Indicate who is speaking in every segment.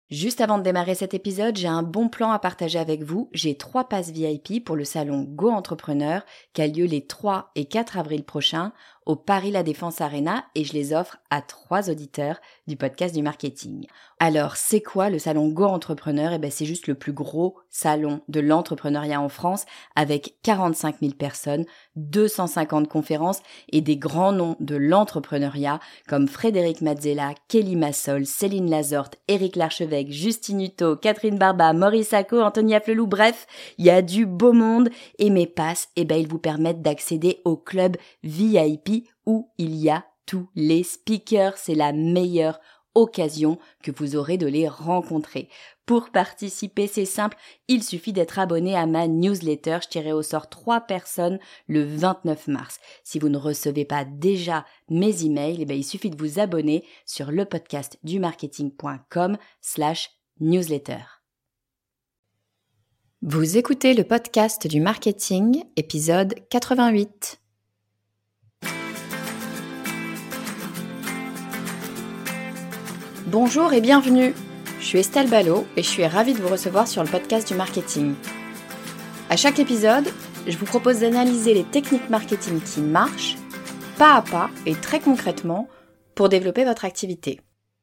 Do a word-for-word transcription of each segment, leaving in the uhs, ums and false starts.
Speaker 1: Juste avant de démarrer cet épisode, j'ai un bon plan à partager avec vous. J'ai trois passes V I P pour le salon Go Entrepreneur qui a lieu les trois et quatre avril prochains au Paris La Défense Arena et je les offre à trois auditeurs du podcast du marketing. Alors, c'est quoi le salon Go Entrepreneur ? Eh ben, c'est juste le plus gros salon de l'entrepreneuriat en France avec quarante-cinq mille personnes, deux cent cinquante conférences et des grands noms de l'entrepreneuriat comme Frédéric Mazzella, Kelly Massol, Céline Lazorte, Éric Larchevêque, Justine Hutto, Catherine Barba, Maurice Sacco, Anthony Afflelou, bref, il y a du beau monde et mes passes, eh ben, ils vous permettent d'accéder au club V I P où il y a tous les speakers. C'est la meilleure occasion que vous aurez de les rencontrer. Pour participer, c'est simple, il suffit d'être abonné à ma newsletter. Je tirerai au sort trois personnes le vingt-neuf mars. Si vous ne recevez pas déjà mes emails, eh bien, il suffit de vous abonner sur lepodcastdumarketing.com slash newsletter. Vous écoutez le podcast du marketing, épisode quatre-vingt-huit. Bonjour et bienvenue, je suis Estelle Ballot et je suis ravie de vous recevoir sur le podcast du marketing. À chaque épisode, je vous propose d'analyser les techniques marketing qui marchent, pas à pas et très concrètement, pour développer votre activité.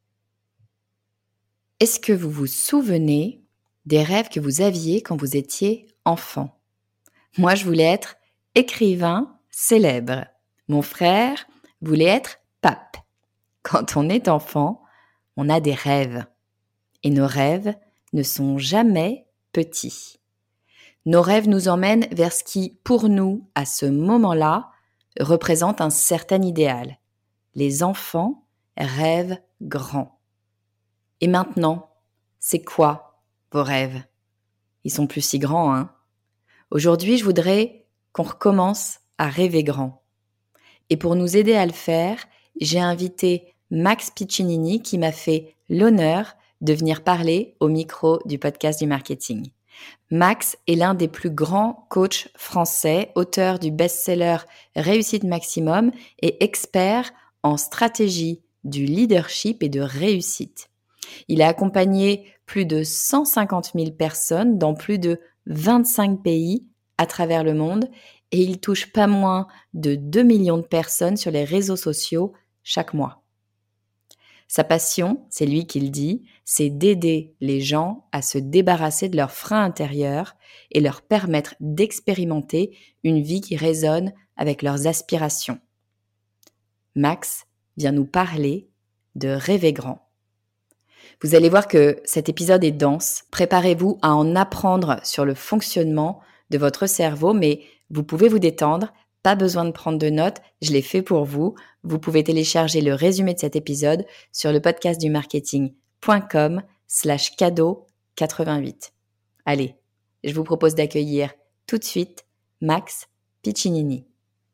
Speaker 1: Est-ce que vous vous souvenez des rêves que vous aviez quand vous étiez enfant ? Moi, je voulais être écrivain célèbre. Mon frère voulait être pape. Quand on est enfant, on a des rêves. Et nos rêves ne sont jamais petits. Nos rêves nous emmènent vers ce qui, pour nous, à ce moment-là, représente un certain idéal. Les enfants rêvent grand. Et maintenant, c'est quoi vos rêves ? Ils sont plus si grands, hein ? Aujourd'hui, je voudrais qu'on recommence à rêver grand. Et pour nous aider à le faire, j'ai invité Max Piccinini qui m'a fait l'honneur de venir parler au micro du podcast du marketing. Max est l'un des plus grands coachs français, auteur du best-seller Réussite Maximum et expert en stratégie du leadership et de réussite. Il a accompagné plus de cent cinquante mille personnes dans plus de vingt-cinq pays à travers le monde et il touche pas moins de deux millions de personnes sur les réseaux sociaux chaque mois. Sa passion, c'est lui qui le dit, c'est d'aider les gens à se débarrasser de leurs freins intérieurs et leur permettre d'expérimenter une vie qui résonne avec leurs aspirations. Max vient nous parler de rêver grand. Vous allez voir que cet épisode est dense. Préparez-vous à en apprendre sur le fonctionnement de votre cerveau, mais vous pouvez vous détendre. Pas besoin de prendre de notes, je l'ai fait pour vous. Vous pouvez télécharger le résumé de cet épisode sur le podcast du marketing.com slash cadeau quatre-vingt-huit. Allez, je vous propose d'accueillir tout de suite Max Piccinini.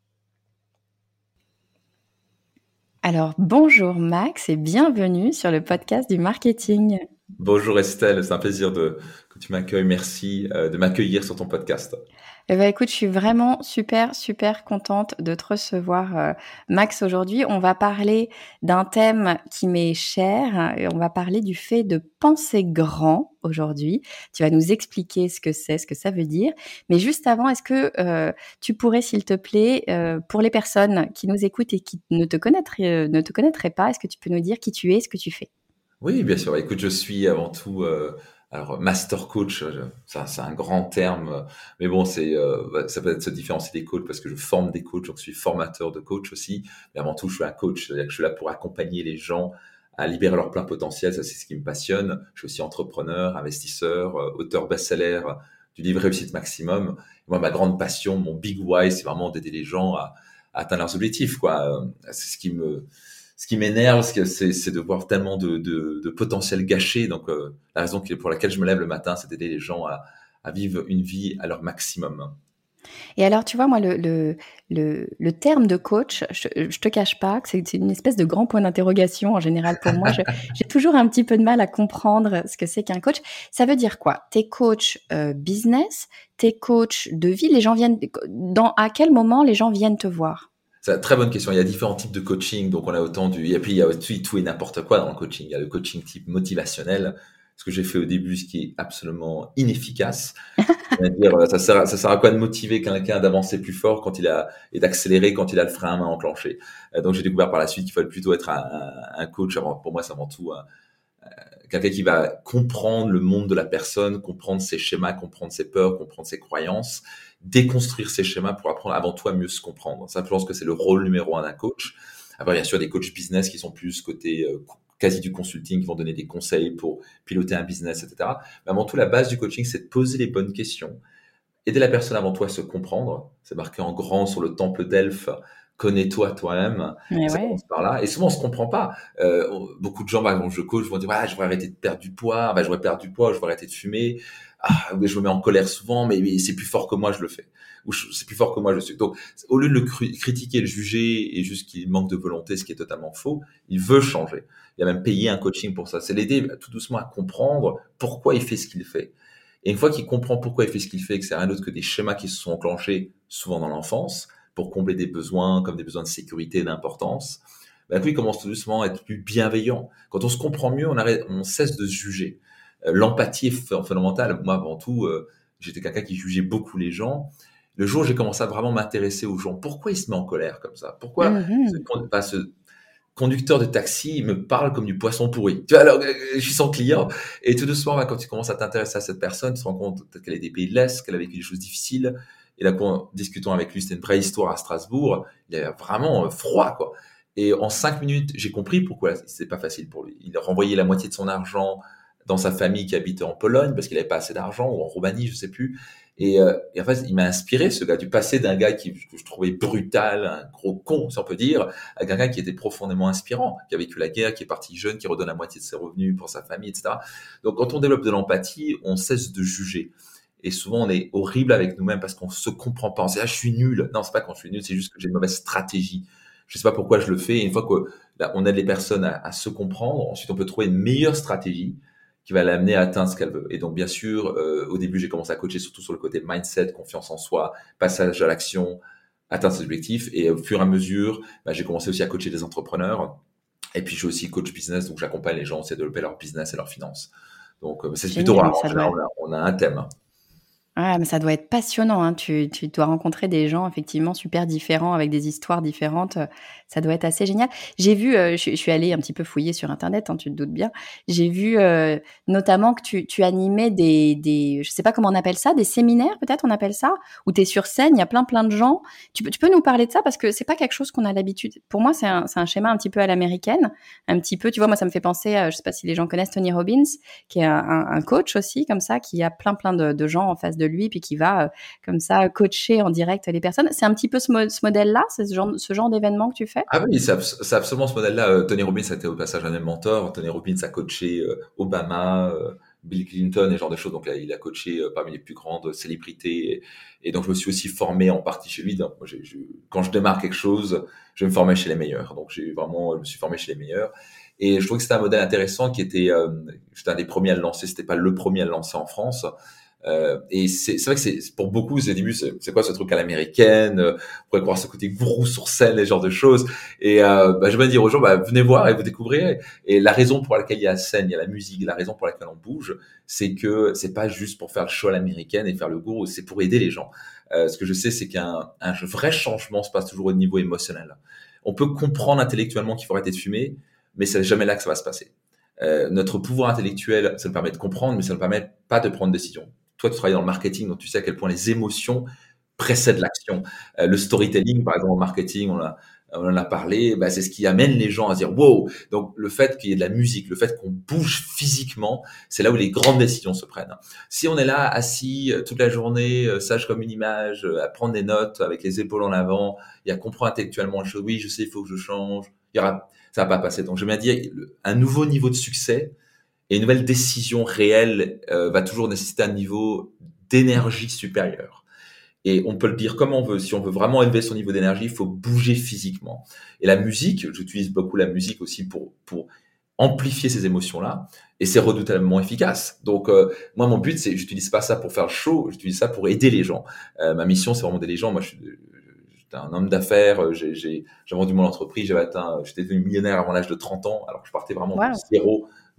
Speaker 1: Alors, bonjour Max et bienvenue sur le podcast du marketing.
Speaker 2: Bonjour Estelle, c'est un plaisir de, que tu m'accueilles. Merci euh, de m'accueillir sur ton podcast.
Speaker 1: Eh ben, écoute, je suis vraiment super, super contente de te recevoir, euh, Max, aujourd'hui. On va parler d'un thème qui m'est cher et on va parler du fait de penser grand aujourd'hui. Tu vas nous expliquer ce que c'est, ce que ça veut dire. Mais juste avant, est-ce que euh, tu pourrais, s'il te plaît, euh, pour les personnes qui nous écoutent et qui ne te connaîtraient, euh, ne te connaîtraient pas, est-ce que tu peux nous dire qui tu es, ce que tu fais ?
Speaker 2: Oui, bien sûr. Écoute, je suis avant tout euh, alors master coach. Ça, c'est un grand terme, mais bon, c'est euh, ça peut être se différencier des coachs parce que je forme des coachs, donc je suis formateur de coach aussi. Mais avant tout, je suis un coach, c'est-à-dire que je suis là pour accompagner les gens à libérer leur plein potentiel. Ça, c'est ce qui me passionne. Je suis aussi entrepreneur, investisseur, euh, auteur best-seller du livre Réussite Maximum. Et moi, ma grande passion, mon big why, c'est vraiment d'aider les gens à, à atteindre leurs objectifs, quoi. C'est ce qui me Ce qui m'énerve, c'est, c'est de voir tellement de, de, de potentiel gâché. Donc, euh, la raison pour laquelle je me lève le matin, c'est d'aider les gens à, à vivre une vie à leur maximum.
Speaker 1: Et alors, tu vois, moi, le, le, le, le terme de coach, je, je te cache pas que c'est, c'est une espèce de grand point d'interrogation en général pour moi. Je, j'ai toujours un petit peu de mal à comprendre ce que c'est qu'un coach. Ça veut dire quoi ? T'es coach euh, business, t'es coach de vie. Les gens viennent dans à quel moment les gens viennent te voir ?
Speaker 2: C'est une très bonne question. Il y a différents types de coaching. Donc, on a autant du, et puis il y a aussi tout et n'importe quoi dans le coaching. Il y a le coaching type motivationnel. ce que j'ai fait au début, ce qui est absolument inefficace. C'est-à-dire, ça sert, à, ça sert à quoi de motiver quelqu'un d'avancer plus fort quand il a et d'accélérer quand il a le frein à main enclenché. Euh, donc j'ai découvert par la suite qu'il fallait plutôt être un, un coach. Avant, pour moi, c'est avant tout un, quelqu'un qui va comprendre le monde de la personne, comprendre ses schémas, comprendre ses peurs, comprendre ses croyances, déconstruire ses schémas pour apprendre avant tout à mieux se comprendre. Ça, je pense que c'est le rôle numéro un d'un coach. Après, bien sûr, des coachs business qui sont plus côté euh, quasi du consulting, qui vont donner des conseils pour piloter un business, et cetera. Mais avant tout, la base du coaching, c'est de poser les bonnes questions, aider la personne avant tout à se comprendre. C'est marqué en grand sur le temple d'Elphes. Connais-toi toi-même.
Speaker 1: Mais
Speaker 2: Ça
Speaker 1: ouais.
Speaker 2: commence par là. Et souvent, on se comprend pas. Euh, beaucoup de gens, bah, quand je coach, vont dire, ouais, je vais arrêter de perdre du poids. Bah, je vais perdre du poids. Je vais arrêter de fumer. Ah, je me mets en colère souvent, mais, mais c'est plus fort que moi, je le fais. Ou je- c'est plus fort que moi, je suis. Donc, au lieu de le cru- critiquer, le juger et juste qu'il manque de volonté, ce qui est totalement faux, il veut changer. Il a même payé un coaching pour ça. C'est l'aider tout doucement à comprendre pourquoi il fait ce qu'il fait. Et une fois qu'il comprend pourquoi il fait ce qu'il fait, que c'est rien d'autre que des schémas qui se sont enclenchés souvent dans l'enfance pour combler des besoins comme des besoins de sécurité et d'importance, ben, puis il commence tout doucement à être plus bienveillant. Quand on se comprend mieux, on, arrête, on cesse de se juger. Euh, l'empathie est ph- fondamentale. Moi, avant tout, euh, j'étais quelqu'un qui jugeait beaucoup les gens. Le jour où j'ai commencé à vraiment m'intéresser aux gens, pourquoi ils se mettent en colère comme ça? Pourquoi ce,
Speaker 1: Mhm.
Speaker 2: con- pas ce conducteur de taxi, il me parle comme du poisson pourri. Tu vois, alors, euh, je suis son client. Et tout doucement, bah, quand tu commences à t'intéresser à cette personne, tu te rends compte peut-être qu'elle a des pays de l'Est, qu'elle a vécu des choses difficiles. Et là, en discutant avec lui, c'était une vraie histoire à Strasbourg. Il avait vraiment euh, froid, quoi. Et en cinq minutes, j'ai compris pourquoi c'est pas facile pour lui. Il a renvoyé la moitié de son argent dans sa famille qui habitait en Pologne parce qu'il avait pas assez d'argent, ou en Roumanie, je sais plus. Et, euh, et en fait, il m'a inspiré, ce gars, du passé d'un gars qui, que je trouvais brutal, un gros con, si on peut dire, à quelqu'un qui était profondément inspirant, qui a vécu la guerre, qui est parti jeune, qui redonne la moitié de ses revenus pour sa famille, et cetera. Donc, quand on développe de l'empathie, on cesse de juger. Et souvent, on est horrible avec nous-mêmes parce qu'on se comprend pas. On se dit, ah, je suis nul. Non, c'est pas quand je suis nul, c'est juste que j'ai une mauvaise stratégie. Je sais pas pourquoi je le fais. Et une fois que là, on aide les personnes à, à se comprendre, ensuite, on peut trouver une meilleure stratégie qui va l'amener à atteindre ce qu'elle veut. Et donc, bien sûr, euh, au début, j'ai commencé à coacher surtout sur le côté mindset, confiance en soi, passage à l'action, atteindre ses objectifs. Et au fur et à mesure, bah, j'ai commencé aussi à coacher des entrepreneurs. Et puis, je suis aussi coach business, donc j'accompagne les gens aussi à développer leur business et leurs finances. Donc, euh, c'est plutôt
Speaker 1: Génial,
Speaker 2: rare.
Speaker 1: mais
Speaker 2: En
Speaker 1: ça doit.
Speaker 2: général, on a, on a un thème.
Speaker 1: Ah, mais ça doit être passionnant, hein. Tu tu dois rencontrer des gens effectivement super différents avec des histoires différentes, heu, ça doit être assez génial. J'ai vu, heu, je suis je suis allée un petit peu fouiller sur internet, hein, tu te doutes bien. J'ai vu, heu, notamment que tu tu animais des des je sais pas comment on appelle ça, des séminaires peut-être on appelle ça? Où tu es sur scène, il y a plein, plein de gens. Tu peux tu peux nous parler de ça? Parce que c'est pas quelque chose qu'on a l'habitude pour moi, c'est un c'est un schéma un petit peu à l'américaine, un petit peu tu vois, moi ça me fait penser à je sais pas si les gens connaissent Tony Robbins, qui est un un un coach aussi comme ça, qui a plein, plein de de gens en face de lui, puis qui va, heu, comme ça coacher en direct les personnes. C'est un petit peu ce, mo- ce modèle-là, c'est ce genre, ce genre d'événement que tu fais?
Speaker 2: Ah oui, c'est abs- c'est absolument ce modèle-là. Euh, Tony Robbins a été au passage un de mes mentors. Tony Robbins a coaché euh, Obama, euh, Bill Clinton et ce genre de choses. Donc là, il a coaché euh, parmi les plus grandes célébrités. Et, et donc, je me suis aussi formé en partie chez lui. Donc, moi, j'ai- j'ai- quand je démarre quelque chose, je vais me former chez les meilleurs. Donc, j'ai vraiment, je me suis formé chez les meilleurs. Et je trouve que c'était un modèle intéressant qui était, euh, j'étais un des premiers à le lancer. C'était pas le premier à le lancer en France. Euh, et c'est c'est vrai que c'est pour beaucoup, au début, c'est c'est quoi ce truc à l'américaine, euh, on pourrait croire ce côté gourou sur scène, les genres de choses. Et euh, bah, je vais dire aux gens, bah, venez voir et vous découvrirez. Et la raison pour laquelle il y a la scène, il y a la musique, la raison pour laquelle on bouge, c'est que c'est pas juste pour faire le show à l'américaine et faire le gourou, c'est pour aider les gens. Euh, ce que je sais, c'est qu'un un vrai changement se passe toujours au niveau émotionnel. On peut comprendre intellectuellement qu'il faut arrêter de fumer, mais c'est jamais là que ça va se passer. Euh, notre pouvoir intellectuel, ça nous permet de comprendre, mais ça ne nous permet pas de prendre de décision. Toi, tu travailles dans le marketing, donc tu sais à quel point les émotions précèdent l'action. Euh, le storytelling, par exemple, en marketing, on, a, on en a parlé, bah, c'est ce qui amène les gens à se dire wow. Donc, le fait qu'il y ait de la musique, le fait qu'on bouge physiquement, c'est là où les grandes décisions se prennent. Si on est là, assis euh, toute la journée, euh, sage comme une image, euh, à prendre des notes avec les épaules en avant, et à comprendre intellectuellement les choses, oui, je sais, il faut que je change, il y aura, ça va pas passer. Donc, je vais bien dire, un nouveau niveau de succès, et une nouvelle décision réelle euh, va toujours nécessiter un niveau d'énergie supérieur. Et on peut le dire comme on veut. Si on veut vraiment élever son niveau d'énergie, il faut bouger physiquement. Et la musique, j'utilise beaucoup la musique aussi pour pour amplifier ces émotions-là. Et c'est redoutablement efficace. Donc euh, moi, mon but, c'est, j'utilise pas ça pour faire le show, j'utilise ça pour aider les gens. Euh, ma mission, c'est vraiment d'aider les gens. Moi, je suis j'étais un homme d'affaires, j'ai, j'ai, j'ai vendu mon entreprise, j'avais atteint, j'étais devenu millionnaire avant l'âge de trente ans, alors que je partais vraiment de
Speaker 1: Waouh!
Speaker 2: zéro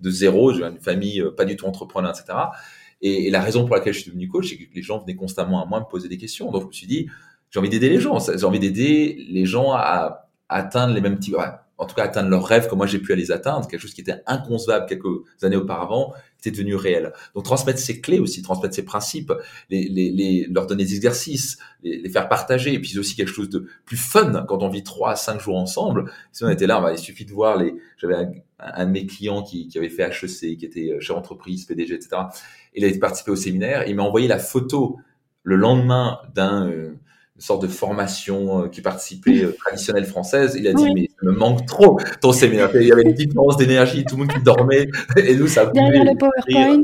Speaker 2: de zéro, je viens d'une famille euh, pas du tout entrepreneur, et cetera. Et, et la raison pour laquelle je suis devenu coach, c'est que les gens venaient constamment à moi me poser des questions. Donc je me suis dit, j'ai envie d'aider les gens, j'ai envie d'aider les gens à, à atteindre les mêmes types, ouais, en tout cas atteindre leurs rêves comme moi j'ai pu à les atteindre, quelque chose qui était inconcevable quelques années auparavant, était devenu réel. Donc transmettre ces clés aussi, transmettre ces principes, les, les, les, leur donner des exercices, les, les faire partager, et puis aussi quelque chose de plus fun quand on vit trois à cinq jours ensemble. Si on était là, bah, il suffit de voir les, j'avais un, un de mes clients qui, qui avait fait H E C, qui était chef d'entreprise, P D G, et cetera. Il avait participé au séminaire, il m'a envoyé la photo le lendemain d'un, euh, une sorte de formation euh, qui participait euh, traditionnelle française. Il a dit,
Speaker 1: Oui.
Speaker 2: mais ça me manque trop ton séminaire. Il y avait une différence d'énergie, tout le monde qui dormait, et nous, ça
Speaker 1: Derrière
Speaker 2: bougeait.
Speaker 1: le PowerPoint.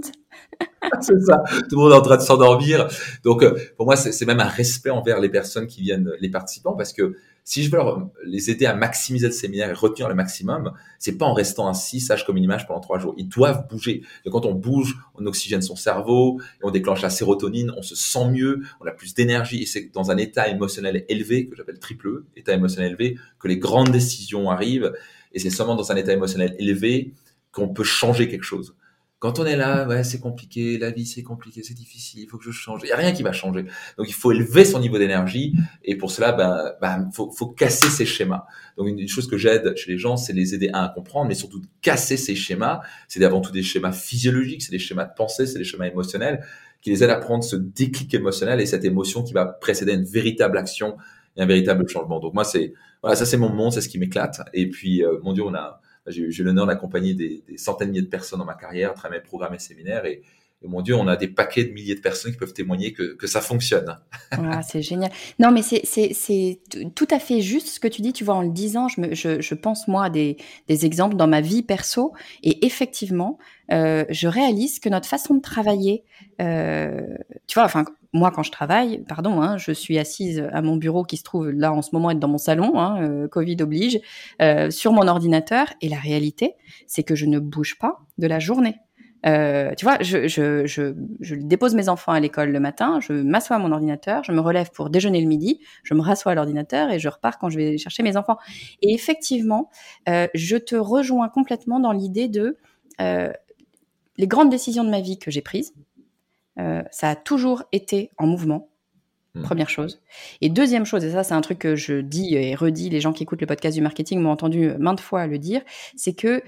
Speaker 2: C'est ça, tout le monde est en train de s'endormir. Donc, euh, pour moi, c'est, c'est même un respect envers les personnes qui viennent, les participants, parce que si je veux leur, les aider à maximiser le séminaire et retenir le maximum, c'est pas en restant assis, sage comme une image pendant trois jours. Ils doivent bouger. Et quand on bouge, on oxygène son cerveau, et on déclenche la sérotonine, on se sent mieux, on a plus d'énergie, et c'est dans un état émotionnel élevé, que j'appelle triple E, état émotionnel élevé, que les grandes décisions arrivent, et c'est seulement dans un état émotionnel élevé qu'on peut changer quelque chose. Quand on est là, ouais, c'est compliqué, la vie c'est compliqué, c'est difficile, il faut que je change. Il y a rien qui va changer. Donc il faut élever son niveau d'énergie, et pour cela, ben, ben, faut, faut casser ces schémas. Donc une, une chose que j'aide chez les gens, c'est les aider à comprendre, mais surtout de casser ces schémas. C'est avant tout des schémas physiologiques, c'est des schémas de pensée, c'est des schémas émotionnels qui les aident à prendre ce déclic émotionnel et cette émotion qui va précéder une véritable action et un véritable changement. Donc moi, c'est voilà, ça c'est mon monde, c'est ce qui m'éclate. Et puis, euh, mon Dieu, on a J'ai eu, j'ai eu l'honneur d'accompagner des, des centaines de milliers de personnes dans ma carrière, à travers mes programmes et séminaires. Et, et mon Dieu, on a des paquets de milliers de personnes qui peuvent témoigner que, que ça fonctionne.
Speaker 1: Ah, c'est génial. Non, mais c'est, c'est, c'est t- tout à fait juste ce que tu dis. Tu vois, en le disant, je, me, je, je pense moi à des, des exemples dans ma vie perso. Et effectivement, euh, je réalise que notre façon de travailler, euh, tu vois, enfin, moi, quand je travaille, pardon, hein, je suis assise à mon bureau qui se trouve là en ce moment être dans mon salon, hein, euh, Covid oblige, euh, sur mon ordinateur. Et la réalité, c'est que je ne bouge pas de la journée. Euh, tu vois, je, je, je, je dépose mes enfants à l'école le matin, je m'assois à mon ordinateur, je me relève pour déjeuner le midi, je me rassois à l'ordinateur et je repars quand je vais chercher mes enfants. Et effectivement, euh, je te rejoins complètement dans l'idée de euh, les grandes décisions de ma vie que j'ai prises. Euh, ça a toujours été en mouvement. Première chose. Et deuxième chose, et ça c'est un truc que je dis et redis, les gens qui écoutent le podcast du marketing m'ont entendu maintes fois le dire, c'est que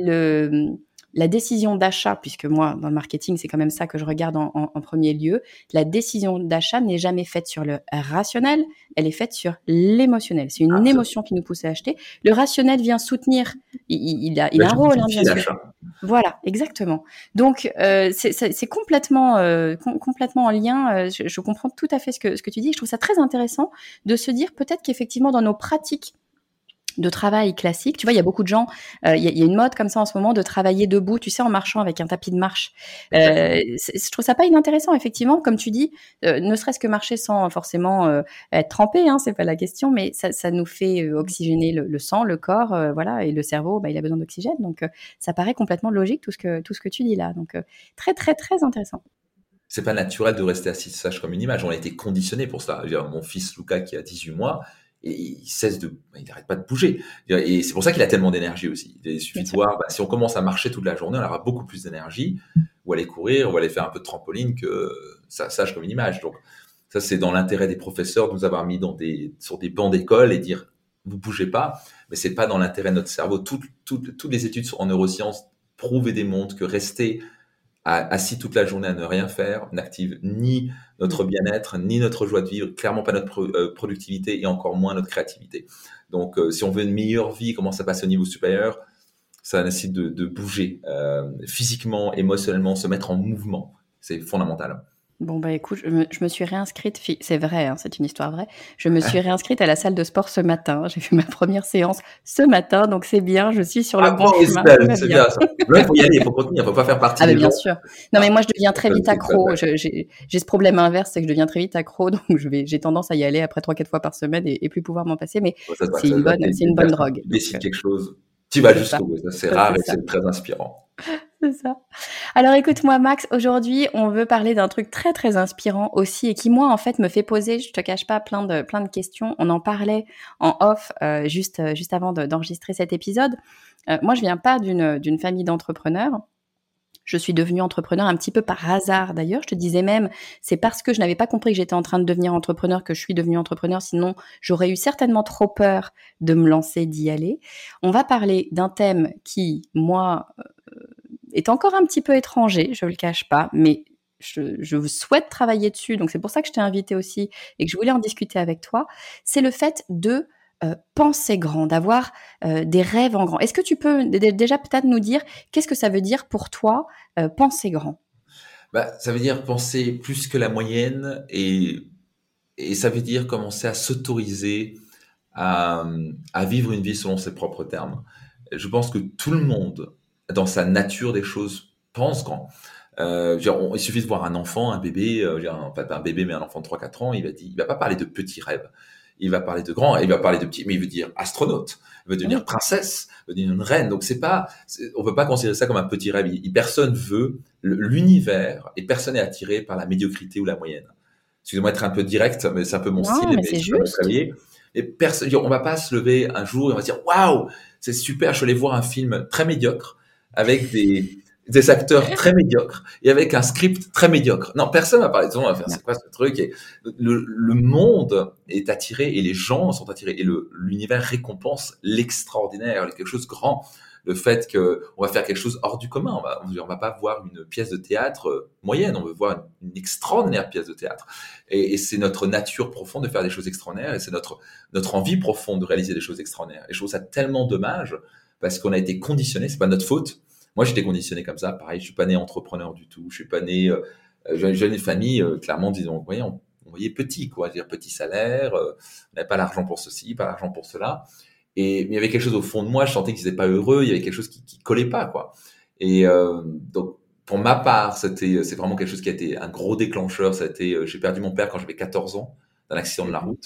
Speaker 1: le, la décision d'achat, puisque moi dans le marketing c'est quand même ça que je regarde en, en, en premier lieu, la décision d'achat n'est jamais faite sur le rationnel, elle est faite sur l'émotionnel. C'est une Absolument. émotion qui nous pousse à acheter. Le rationnel vient soutenir, il, il a, il a un rôle, hein, bien sûr. Voilà, exactement. Donc, euh, c'est, c'est, c'est complètement, euh, com- complètement en lien. Euh, je, je comprends tout à fait ce que, ce que tu dis. Je trouve ça très intéressant de se dire peut-être qu'effectivement, dans nos pratiques de travail classique, tu vois, il y a beaucoup de gens, euh, il, y a, il y a une mode comme ça en ce moment de travailler debout, tu sais, en marchant avec un tapis de marche. Euh, je trouve ça pas inintéressant, effectivement, comme tu dis, euh, ne serait-ce que marcher sans forcément euh, être trempé, hein, c'est pas la question, mais ça, ça nous fait euh, oxygéner le, le sang, le corps, euh, voilà, et le cerveau, bah, il a besoin d'oxygène, donc euh, ça paraît complètement logique tout ce que tout ce que tu dis là, donc euh, très très très intéressant.
Speaker 2: C'est pas naturel de rester assis sage comme une image. On a été conditionné pour ça. Je veux dire, mon fils Lucas qui a dix-huit mois. Et il cesse de, il n'arrête pas de bouger. Et c'est pour ça qu'il a tellement d'énergie aussi. Il suffit de voir, bah, si on commence à marcher toute la journée, on aura beaucoup plus d'énergie, ou aller courir, ou aller faire un peu de trampoline que ça sage comme une image. Donc, ça, c'est dans l'intérêt des professeurs de nous avoir mis dans des, sur des bancs d'école et dire, vous bougez pas, mais c'est pas dans l'intérêt de notre cerveau. Toutes, toutes, toutes les études en neurosciences prouvent et démontrent que rester assis toute la journée à ne rien faire n'active ni notre bien-être, ni notre joie de vivre, clairement pas notre pro- euh, productivité et encore moins notre créativité. Donc, euh, si on veut une meilleure vie, comment ça passe au niveau supérieur, ça nécessite de, de bouger euh, physiquement, émotionnellement, se mettre en mouvement. C'est fondamental.
Speaker 1: Bon, bah écoute, je me, je me suis réinscrite, c'est vrai, hein, c'est une histoire vraie, je me suis réinscrite à la salle de sport ce matin, j'ai fait ma première séance ce matin, donc c'est bien, je suis sur le ah, bon chemin.
Speaker 2: Belle, c'est bien, bien ça. Là, il faut y aller, il faut continuer, il ne faut pas faire partie
Speaker 1: ah,
Speaker 2: des
Speaker 1: mais bien
Speaker 2: gens.
Speaker 1: sûr. Non, mais moi, je deviens très vite accro, je, j'ai, j'ai ce problème inverse, c'est que je deviens très vite accro, donc je vais, j'ai tendance à y aller après trois quatre fois par semaine et, et plus pouvoir m'en passer, mais
Speaker 2: ça, ça,
Speaker 1: c'est,
Speaker 2: ça,
Speaker 1: une
Speaker 2: ça,
Speaker 1: bonne, c'est une bonne drogue.
Speaker 2: Tu décides quelque chose, tu vas jusqu'au bout, c'est rare et c'est très inspirant.
Speaker 1: C'est ça. Alors écoute-moi Max, aujourd'hui on veut parler d'un truc très très inspirant aussi et qui moi en fait me fait poser, je te cache pas, plein de plein de questions. On en parlait en off euh, juste euh, juste avant de, d'enregistrer cet épisode. Euh, moi je viens pas d'une d'une famille d'entrepreneurs. Je suis devenue entrepreneur un petit peu par hasard d'ailleurs. Je te disais même, c'est parce que je n'avais pas compris que j'étais en train de devenir entrepreneur que je suis devenue entrepreneur. Sinon, j'aurais eu certainement trop peur de me lancer, d'y aller. On va parler d'un thème qui, moi, euh, est encore un petit peu étranger, je ne le cache pas, mais je, je souhaite travailler dessus. Donc, c'est pour ça que je t'ai invité aussi et que je voulais en discuter avec toi. C'est le fait de Euh, penser grand, d'avoir euh, des rêves en grand. Est-ce que tu peux d- déjà peut-être nous dire qu'est-ce que ça veut dire pour toi euh, penser grand?
Speaker 2: Bah, ça veut dire penser plus que la moyenne et, et ça veut dire commencer à s'autoriser à, à vivre une vie selon ses propres termes. Je pense que tout le monde, dans sa nature des choses, pense grand. Euh, je veux dire, on- il suffit de voir un enfant, un bébé, euh, je veux dire, un, pas un bébé, mais un enfant de trois quatre ans, il va dire, il va pas parler de petits rêves. Il va parler de grands, il va parler de petits, mais il veut dire astronaute, il veut devenir
Speaker 1: Oui.
Speaker 2: princesse, il veut devenir une reine. Donc c'est pas, c'est- on peut pas considérer ça comme un petit rêve. Il- personne veut le- l'univers et personne n'est attiré par la médiocrité ou la moyenne. Excusez-moi d'être un peu direct, mais c'est un peu mon
Speaker 1: Non,
Speaker 2: style,
Speaker 1: mais
Speaker 2: mais
Speaker 1: c'est
Speaker 2: je peux me
Speaker 1: juste.
Speaker 2: travailler. Et personne, on va pas se lever un jour et on va se dire waouh, c'est super, je suis allé voir un film très médiocre avec des, des acteurs très médiocres et avec un script très médiocre. Non, personne va parler de ça, on va faire
Speaker 1: Non.
Speaker 2: c'est quoi ce truc et le, le monde est attiré et les gens sont attirés et le, l'univers récompense l'extraordinaire, quelque chose de grand. Le fait que on va faire quelque chose hors du commun, on va, on va pas voir une pièce de théâtre euh, moyenne, on veut voir une, une extraordinaire pièce de théâtre. Et, et c'est notre nature profonde de faire des choses extraordinaires et c'est notre notre envie profonde de réaliser des choses extraordinaires. Et je trouve ça tellement dommage parce qu'on a été conditionné, c'est pas notre faute. Moi, j'étais conditionné comme ça. Pareil, je suis pas né entrepreneur du tout. Je suis pas né. Euh, j'ai j'ai une famille euh, clairement disons, vous voyez, on, on voyait petit, quoi, dire petit salaire. Euh, on n'avait pas l'argent pour ceci, pas l'argent pour cela. Et mais il y avait quelque chose au fond de moi. Je sentais qu'ils n'étaient pas heureux. Il y avait quelque chose qui, qui collait pas, quoi. Et euh, donc, pour ma part, c'était c'est vraiment quelque chose qui a été un gros déclencheur. Ça a été, euh, j'ai perdu mon père quand j'avais quatorze ans d'un accident de la
Speaker 1: Mhm.
Speaker 2: route.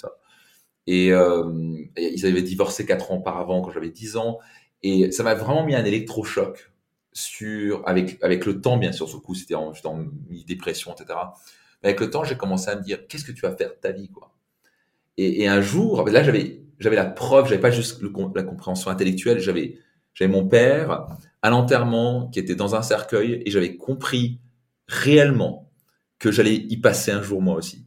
Speaker 2: Et, euh, et ils avaient divorcé quatre ans auparavant quand j'avais dix ans. Et ça m'a vraiment mis un électrochoc sur, avec, avec le temps, bien sûr, sur le coup, c'était en, j'étais en mi-dépression, et cetera. Mais avec le temps, j'ai commencé à me dire, qu'est-ce que tu vas faire de ta vie, quoi? Et, et un jour, là, j'avais, j'avais la preuve, j'avais pas juste le, la compréhension intellectuelle, j'avais, j'avais mon père à l'enterrement qui était dans un cercueil et j'avais compris réellement que j'allais y passer un jour moi aussi.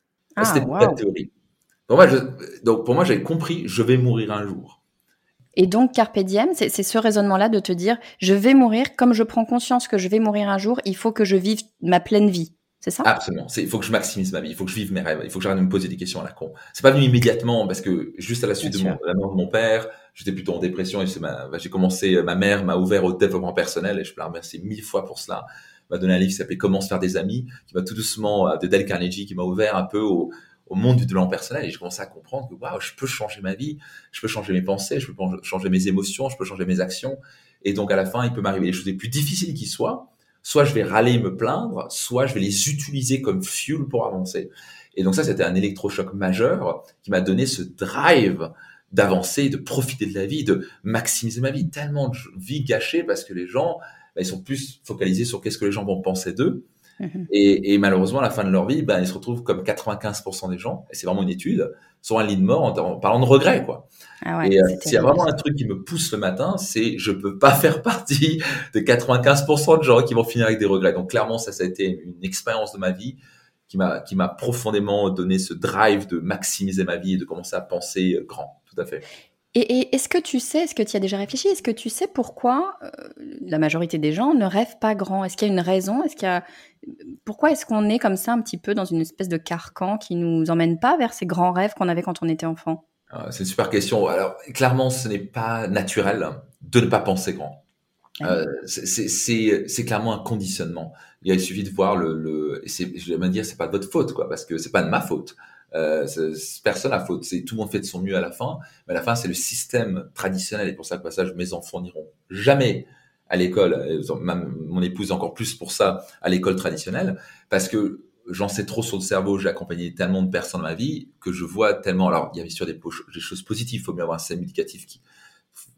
Speaker 1: Ah,
Speaker 2: C'était pas la
Speaker 1: waouh.
Speaker 2: théorie. Donc, moi, je, donc pour moi, j'avais compris, je vais mourir un jour.
Speaker 1: Et donc, Carpe Diem, c'est, c'est ce raisonnement-là de te dire, je vais mourir, comme je prends conscience que je vais mourir un jour, il faut que je vive ma pleine vie. C'est ça?
Speaker 2: Absolument. C'est, il faut que je maximise ma vie. Il faut que je vive mes rêves. Il faut que j'arrête de me poser des questions à la con. C'est pas venu immédiatement parce que juste à la
Speaker 1: Bien
Speaker 2: suite de
Speaker 1: sûr.
Speaker 2: mon, la mort de mon père, j'étais plutôt en dépression et c'est ma, bah, j'ai commencé, ma mère m'a ouvert au développement personnel et je peux la remercier mille fois pour cela. Elle m'a donné un livre qui s'appelait Comment se faire des amis, qui m'a tout doucement, de Dale Carnegie, qui m'a ouvert un peu au, au monde du développement personnel et j'ai commencé à comprendre que waouh, je peux changer ma vie, je peux changer mes pensées, je peux changer mes émotions, je peux changer mes actions. Et donc à la fin, il peut m'arriver les choses les plus difficiles qui soient. Soit je vais râler et me plaindre, soit je vais les utiliser comme fuel pour avancer. Et donc ça, c'était un électrochoc majeur qui m'a donné ce drive d'avancer, de profiter de la vie, de maximiser ma vie. Tellement de vie gâchée parce que les gens, bah, ils sont plus focalisés sur qu'est-ce que les gens vont penser d'eux.
Speaker 1: Mhm.
Speaker 2: Et, et malheureusement, à la fin de leur vie, ben, ils se retrouvent comme quatre-vingt-quinze pour cent des gens, et c'est vraiment une étude, sont à un lit de mort en, en parlant de regret, quoi.
Speaker 1: Ah ouais,
Speaker 2: Et euh,
Speaker 1: c'est
Speaker 2: s'il y a
Speaker 1: terrible
Speaker 2: vraiment un
Speaker 1: ça.
Speaker 2: truc qui me pousse le matin, c'est je peux pas faire partie de quatre-vingt-quinze pour cent de gens qui vont finir avec des regrets. Donc clairement, ça, ça a été une expérience de ma vie qui m'a qui m'a profondément donné ce drive de maximiser ma vie et de commencer à penser euh, grand. Tout à fait.
Speaker 1: Et, et est-ce que tu sais, est-ce que tu y as déjà réfléchi, est-ce que tu sais pourquoi euh, la majorité des gens ne rêvent pas grand? Est-ce qu'il y a une raison? Est-ce qu'il y a... Pourquoi est-ce qu'on est comme ça un petit peu dans une espèce de carcan qui nous emmène pas vers ces grands rêves qu'on avait quand on était enfant?
Speaker 2: Euh, c'est une super question. Alors clairement, ce n'est pas naturel de ne pas penser grand.
Speaker 1: Ah
Speaker 2: Euh,
Speaker 1: oui.
Speaker 2: c'est c'est- c'est- c'est clairement un conditionnement. Il, il suffit de voir le, le et c'est, je vais me dire, c'est pas de votre faute, quoi, parce que c'est pas de ma faute. Euh, c'est, c'est personne à faute. C'est tout le monde fait de son mieux à la fin, mais à la fin, c'est le système traditionnel. Et pour ça, au passage, mes enfants n'iront jamais à l'école. Ils ont- ma- mon épouse encore plus pour ça à l'école traditionnelle, parce que j'en sais trop sur le cerveau. J'ai accompagné tellement de personnes dans ma vie que je vois tellement. Alors, il y a bien sûr des, po- des choses positives. Il faut bien avoir un système éducatif qui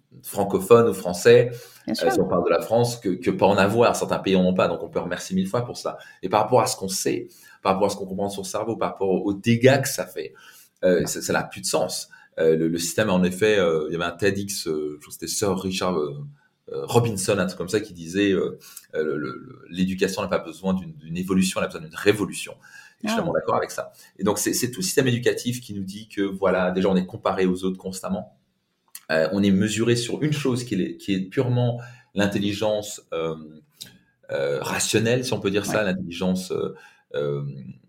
Speaker 2: francophones ou français,
Speaker 1: Bien
Speaker 2: euh,
Speaker 1: sûr.
Speaker 2: si on parle de la France, que, que pas en avoir. Certains pays en ont pas, donc on peut remercier mille fois pour ça. Et par rapport à ce qu'on sait, par rapport à ce qu'on comprend de son cerveau, par rapport aux dégâts que ça fait, euh, ça, ça n'a plus de sens. Euh, le, le système, en effet, euh, il y avait un TEDx, euh, je crois que c'était Sir Richard euh, euh, Robinson, un truc comme ça, qui disait euh, euh, le- le- l'éducation n'a pas besoin d'une, d'une évolution, elle a besoin d'une révolution. Et je suis
Speaker 1: Ah,
Speaker 2: vraiment d'accord avec ça. Et donc, c'est, c'est tout le système éducatif qui nous dit que, voilà, déjà, on est comparé aux autres constamment. Euh, on est mesuré sur une chose qui est, qui est purement l'intelligence euh, euh, rationnelle, si on peut dire ça,
Speaker 1: ouais.
Speaker 2: l'intelligence, euh, euh,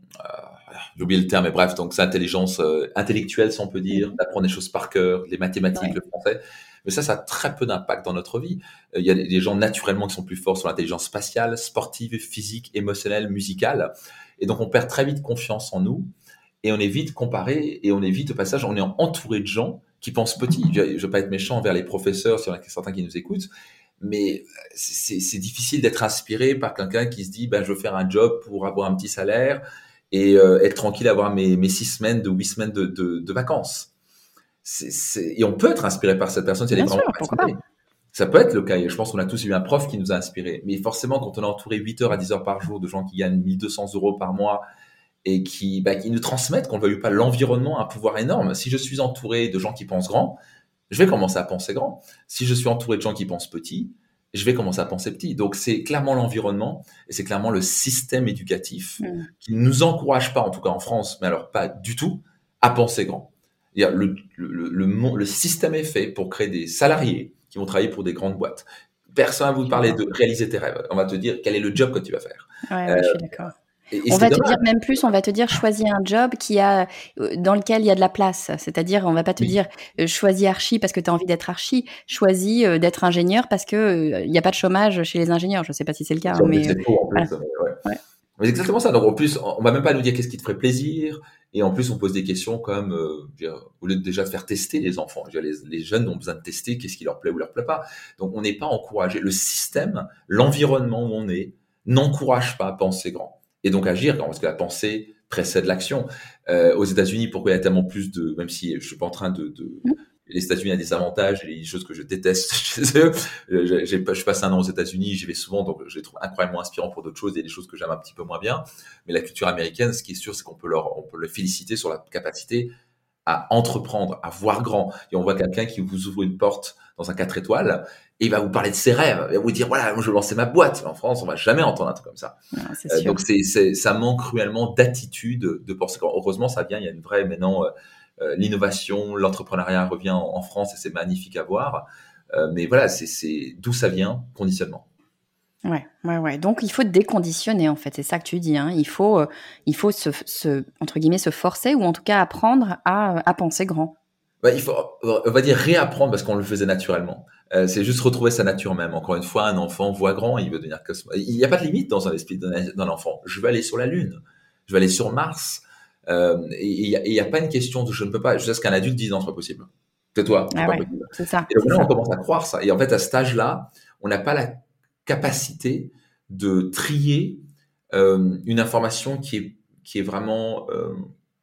Speaker 2: euh, j'ai oublié le terme, mais bref, donc c'est intelligence euh, intellectuelle, si on peut dire,
Speaker 1: Mhm.
Speaker 2: d'apprendre des choses par cœur, les mathématiques,
Speaker 1: Ouais.
Speaker 2: le français. Mais ça, ça a très peu d'impact dans notre vie. Euh, Il y a des, des gens naturellement qui sont plus forts sur l'intelligence spatiale, sportive, physique, émotionnelle, musicale. Et donc, on perd très vite confiance en nous et on est vite comparé et on est vite, au passage, on est entouré de gens qui pensent petit. Je ne veux pas être méchant envers les professeurs, s'il y en a certains qui nous écoutent, mais c'est, c'est difficile d'être inspiré par quelqu'un qui se dit, ben, je veux faire un job pour avoir un petit salaire et euh, être tranquille, avoir mes, mes six semaines de huit semaines de, de, de vacances. C'est, c'est... Et on peut être inspiré par cette personne si elle est
Speaker 1: Bien sûr,
Speaker 2: vraiment
Speaker 1: pourquoi
Speaker 2: passionnée.
Speaker 1: pas?
Speaker 2: Ça peut être le cas, et je pense qu'on a tous eu un prof qui nous a inspirés. Mais forcément, quand on est entouré huit heures à dix heures par jour de gens qui gagnent mille deux cents euros par mois et qui, bah, qui nous transmettent, qu'on ne veuille pas, l'environnement a un pouvoir énorme. Si je suis entouré de gens qui pensent grand, je vais commencer à penser grand. Si je suis entouré de gens qui pensent petit, je vais commencer à penser petit. Donc, c'est clairement l'environnement et c'est clairement le système éducatif
Speaker 1: Mm.
Speaker 2: qui ne nous encourage pas, en tout cas en France, mais alors pas du tout, à penser grand. Le, le, le, le, le système est fait pour créer des salariés qui vont travailler pour des grandes boîtes. Personne va vous parler de réaliser tes rêves. On va te dire quel est le job que tu vas faire.
Speaker 1: Ouais,
Speaker 2: Euh,
Speaker 1: ouais, je suis d'accord.
Speaker 2: et, et
Speaker 1: On
Speaker 2: c'est
Speaker 1: va te
Speaker 2: dommage.
Speaker 1: dire même plus, on va te dire choisis un job qui a, euh, dans lequel il y a de la place. C'est-à-dire, on va pas te
Speaker 2: Oui.
Speaker 1: dire euh, choisis archi parce que tu as envie d'être archi, choisis euh, d'être ingénieur parce que euh, il y a pas de chômage chez les ingénieurs. Je sais pas si c'est le cas, hein, mais euh,
Speaker 2: C'est faux en plus.
Speaker 1: voilà.
Speaker 2: Mais ouais.
Speaker 1: Ouais.
Speaker 2: Mais c'est exactement ça. Donc en plus, on va même pas nous dire qu'est-ce qui te ferait plaisir. Et en plus, on pose des questions comme, euh, je veux dire, au lieu de déjà de faire tester les enfants, je veux dire, les, les jeunes ont besoin de tester qu'est-ce qui leur plaît ou leur plaît pas. Donc on n'est pas encouragé. Le système, l'environnement où on est, n'encourage pas à penser grand. Et donc agir grand, parce que la pensée précède l'action. Euh, aux États-Unis, pourquoi il y a tellement plus de, même si je suis pas en train de, de
Speaker 1: Mm.
Speaker 2: les États-Unis ont des avantages et des choses que je déteste chez eux. J'ai, j'ai, je passe un an aux États-Unis, j'y vais souvent, donc je les trouve incroyablement inspirants pour d'autres choses et des choses que j'aime un petit peu moins bien. Mais la culture américaine, ce qui est sûr, c'est qu'on peut leur, on peut les féliciter sur la capacité à entreprendre, à voir grand. Et on voit quelqu'un qui vous ouvre une porte dans un quatre étoiles et il va vous parler de ses rêves. Il va vous dire, voilà, moi je veux lancer ma boîte. En France, on va jamais entendre un truc comme ça.
Speaker 1: Non, c'est
Speaker 2: Euh,
Speaker 1: sûr.
Speaker 2: donc c'est, c'est, ça manque cruellement d'attitude de penser grand. Heureusement, ça vient. Il y a une vraie maintenant. Euh, euh, l'innovation, l'entrepreneuriat revient en, en France et c'est magnifique à voir. Euh, mais voilà, c'est, c'est d'où ça vient, conditionnement.
Speaker 1: Ouais, ouais, ouais. Donc il faut déconditionner en fait, c'est ça que tu dis. Hein. Il faut, euh, il faut se, se, entre guillemets, se forcer ou en tout cas apprendre à, à penser grand.
Speaker 2: Ouais, il faut, on va dire réapprendre parce qu'on le faisait naturellement. Euh, c'est juste retrouver sa nature même. Encore une fois, un enfant voit grand, il veut devenir cosmo. Il n'y a pas de limite dans un esprit d'un, d'un enfant. Je veux aller sur la Lune, je veux aller sur Mars. Euh, et il n'y a, a pas une question de je ne peux pas. Jusqu'à ce qu'un adulte dise non, c'est pas possible. C'est toi, c'est
Speaker 1: Ah
Speaker 2: pas
Speaker 1: ouais,
Speaker 2: possible.
Speaker 1: c'est ça.
Speaker 2: Et donc
Speaker 1: c'est
Speaker 2: là,
Speaker 1: ça.
Speaker 2: on commence à croire ça. Et en fait, à cet âge-là, on n'a pas la capacité de trier euh, une information qui est, qui est vraiment, euh,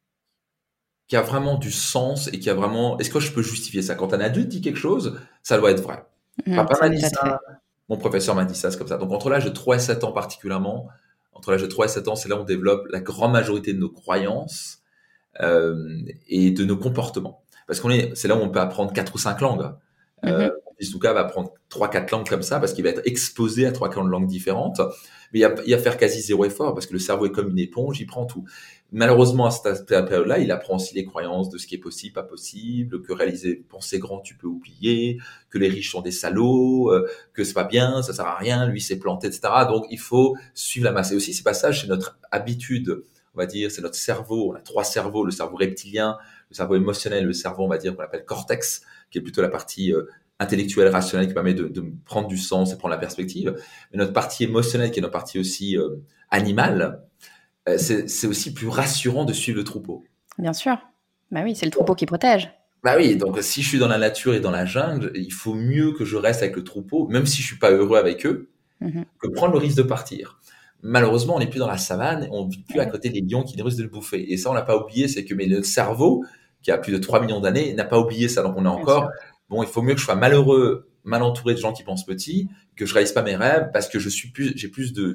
Speaker 2: qui a vraiment du sens et qui a vraiment, est-ce que je peux justifier ça? Quand un adulte dit quelque chose, ça doit être vrai.
Speaker 1: Mmh,
Speaker 2: Papa
Speaker 1: c'est
Speaker 2: m'a
Speaker 1: un
Speaker 2: dit
Speaker 1: état de fait.
Speaker 2: ça, mon professeur m'a dit ça, c'est comme ça. Donc entre l'âge de trois et sept ans particulièrement, entre l'âge de trois et sept ans, c'est là où on développe la grande majorité de nos croyances euh, et de nos comportements. Parce qu'on est, c'est là où on peut apprendre quatre ou cinq langues. Euh,
Speaker 1: Mmh.
Speaker 2: mon fils Lucas va apprendre trois, quatre langues comme ça parce qu'il va être exposé à trois, quatre langues différentes. Mais il y a, il y a faire quasi zéro effort parce que le cerveau est comme une éponge, il prend tout. Malheureusement, à cette période-là, il apprend aussi les croyances de ce qui est possible, pas possible, que réaliser, penser grand, tu peux oublier, que les riches sont des salauds, euh, que c'est pas bien, ça sert à rien, lui s'est planté, et cetera. Donc, il faut suivre la masse. Et aussi, ces passages, c'est notre habitude, on va dire, c'est notre cerveau. On a trois cerveaux, le cerveau reptilien, le cerveau émotionnel, le cerveau, on va dire, qu'on appelle cortex, qui est plutôt la partie euh, intellectuelle, rationnelle, qui permet de, de prendre du sens et prendre la perspective. Mais notre partie émotionnelle, qui est notre partie aussi euh, animale, euh, c'est, c'est aussi plus rassurant de suivre le troupeau.
Speaker 1: Bien sûr. Bah oui, c'est le troupeau qui protège.
Speaker 2: Bah oui, donc si je suis dans la nature et dans la jungle, il faut mieux que je reste avec le troupeau, même si je suis pas heureux avec eux,
Speaker 1: Mmh.
Speaker 2: que prendre le risque de partir. Malheureusement, on n'est plus dans la savane, on vit plus à
Speaker 1: Ouais.
Speaker 2: côté des lions qui risquent de le bouffer. Et ça, on l'a pas oublié, c'est que mais notre cerveau, qui a plus de trois millions d'années, n'a pas oublié ça. Donc on est
Speaker 1: Bien sûr.
Speaker 2: encore bon, il faut mieux que je sois malheureux, mal entouré de gens qui pensent petit, que je réalise pas mes rêves parce que je suis plus, j'ai plus de,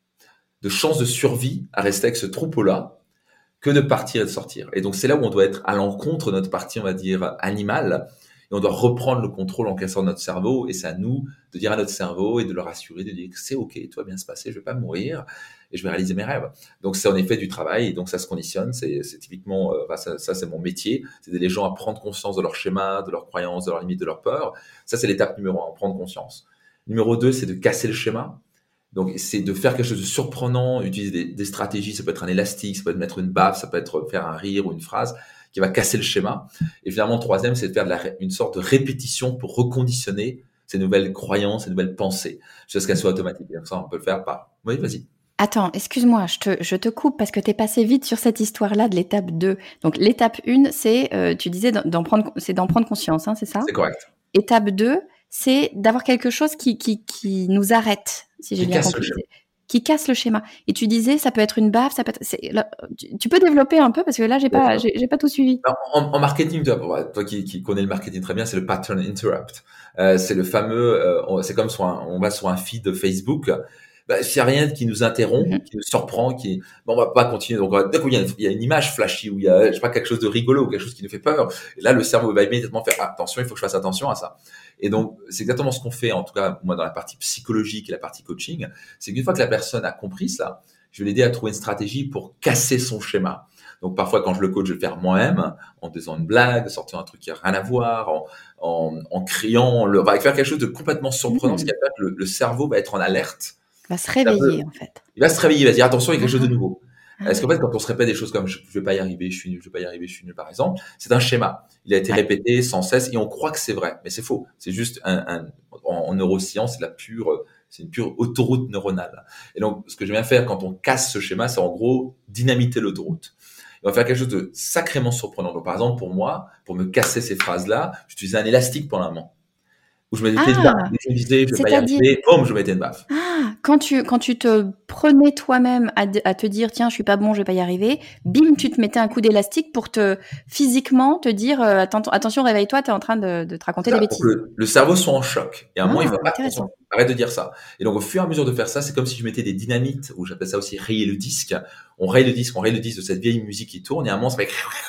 Speaker 2: de chances de survie à rester avec ce troupeau-là que de partir et de sortir. Et donc, c'est là où on doit être à l'encontre de notre partie, on va dire, animale. Et on doit reprendre le contrôle en cassant notre cerveau. Et c'est à nous de dire à notre cerveau et de le rassurer, de dire que c'est OK, tout va bien se passer, je vais pas mourir et je vais réaliser mes rêves. Donc, c'est en effet du travail. Et donc, ça se conditionne. C'est, c'est typiquement, euh, enfin, ça, ça, c'est mon métier. C'est d'aider les gens à prendre conscience de leur schéma, de leurs croyances, de leurs limites, de leurs peurs. Ça, c'est l'étape numéro un, prendre conscience. Numéro deux, c'est de casser le schéma. Donc, c'est de faire quelque chose de surprenant, utiliser des, des stratégies. Ça peut être un élastique, ça peut être mettre une baffe, ça peut être faire un rire ou une phrase qui va casser le schéma. Et finalement, le troisième, c'est de faire de la, une sorte de répétition pour reconditionner ces nouvelles croyances, ces nouvelles pensées, jusqu'à ce qu'elles soient automatiques. Et donc ça, on peut le faire par... Oui, vas-y.
Speaker 1: Attends, excuse-moi, je te, je te coupe parce que tu es passé vite sur cette histoire-là de l'étape deux. Donc, l'étape un, c'est, euh, tu disais, d'en prendre, c'est d'en prendre conscience, hein, c'est ça ?
Speaker 2: C'est correct.
Speaker 1: Étape deux, c'est d'avoir quelque chose qui, qui, qui nous arrête, si j'ai
Speaker 2: Qui
Speaker 1: bien
Speaker 2: casse
Speaker 1: compris.
Speaker 2: le schéma.
Speaker 1: Qui casse le schéma. Et tu disais, ça peut être une baffe, ça peut être... c'est, là, tu, tu peux développer un peu parce que là, j'ai pas, j'ai, j'ai pas tout suivi.
Speaker 2: En, en marketing, toi, toi qui, qui connais le marketing très bien, c'est le pattern interrupt. Euh, c'est le fameux, euh, on, c'est comme sur un, on va sur un feed de Facebook. Bah, s'il n'y a rien qui nous interrompt,
Speaker 1: Mm-hmm.
Speaker 2: qui nous surprend, qui, bon, on va pas continuer. Donc, dès qu'il y a, une, il y a une image flashy où il y a, je sais pas, quelque chose de rigolo ou quelque chose qui nous fait peur, et là, le cerveau va immédiatement faire ah, attention, il faut que je fasse attention à ça. Et donc, c'est exactement ce qu'on fait, en tout cas, moi, dans la partie psychologique et la partie coaching, c'est qu'une fois que la personne a compris ça, je vais l'aider à trouver une stratégie pour casser son schéma. Donc, parfois, quand je le coach, je vais le faire moi-même, en faisant une blague, sortir un truc qui a rien à voir, en, en, en criant, le, on va faire quelque chose de complètement surprenant,
Speaker 1: Mmh.
Speaker 2: ce qui va faire que le, le cerveau va être en alerte.
Speaker 1: Il va se réveiller, en fait.
Speaker 2: Il va se réveiller, il va se dire attention, il y a quelque chose de nouveau.
Speaker 1: Ah,
Speaker 2: Parce qu'en fait, quand on se répète des choses comme je, je vais pas y arriver, je suis nul, je vais pas y arriver, je suis nul, par exemple, c'est un schéma. Il a été
Speaker 1: Ouais.
Speaker 2: répété sans cesse et on croit que c'est vrai, mais c'est faux. C'est juste un, un en, en neurosciences, c'est la pure, c'est une pure autoroute neuronale. Et donc, ce que je viens faire quand on casse ce schéma, c'est en gros dynamiter l'autoroute. Et on va faire quelque chose de sacrément surprenant. Donc, par exemple, pour moi, pour me casser ces phrases-là, j'utilisais un élastique pendant un moment. Où je mettais
Speaker 1: Ah,
Speaker 2: une baffe. Dès que je me disais, je vais pas y
Speaker 1: c'est-à-dire...
Speaker 2: arriver, boum, je mettais une baffe.
Speaker 1: Ah, quand tu, quand tu te prenais toi-même à, de- à te dire, tiens, je suis pas bon, je vais pas y arriver, bim, tu te mettais un coup d'élastique pour te, physiquement, te dire, euh, atten- attention, réveille-toi, t'es en train de, de te raconter
Speaker 2: Ça,
Speaker 1: des
Speaker 2: pour
Speaker 1: bêtises.
Speaker 2: que le, le cerveau soit en choc. Et à un moment, il
Speaker 1: Ah,
Speaker 2: va pas
Speaker 1: intéressant.
Speaker 2: arrête de dire ça. Et donc, au fur et à mesure de faire ça, c'est comme si je mettais des dynamites, ou j'appelle ça aussi rayer le disque. On raye le disque, on raye le disque de cette vieille musique qui tourne, et à un moment, ça fait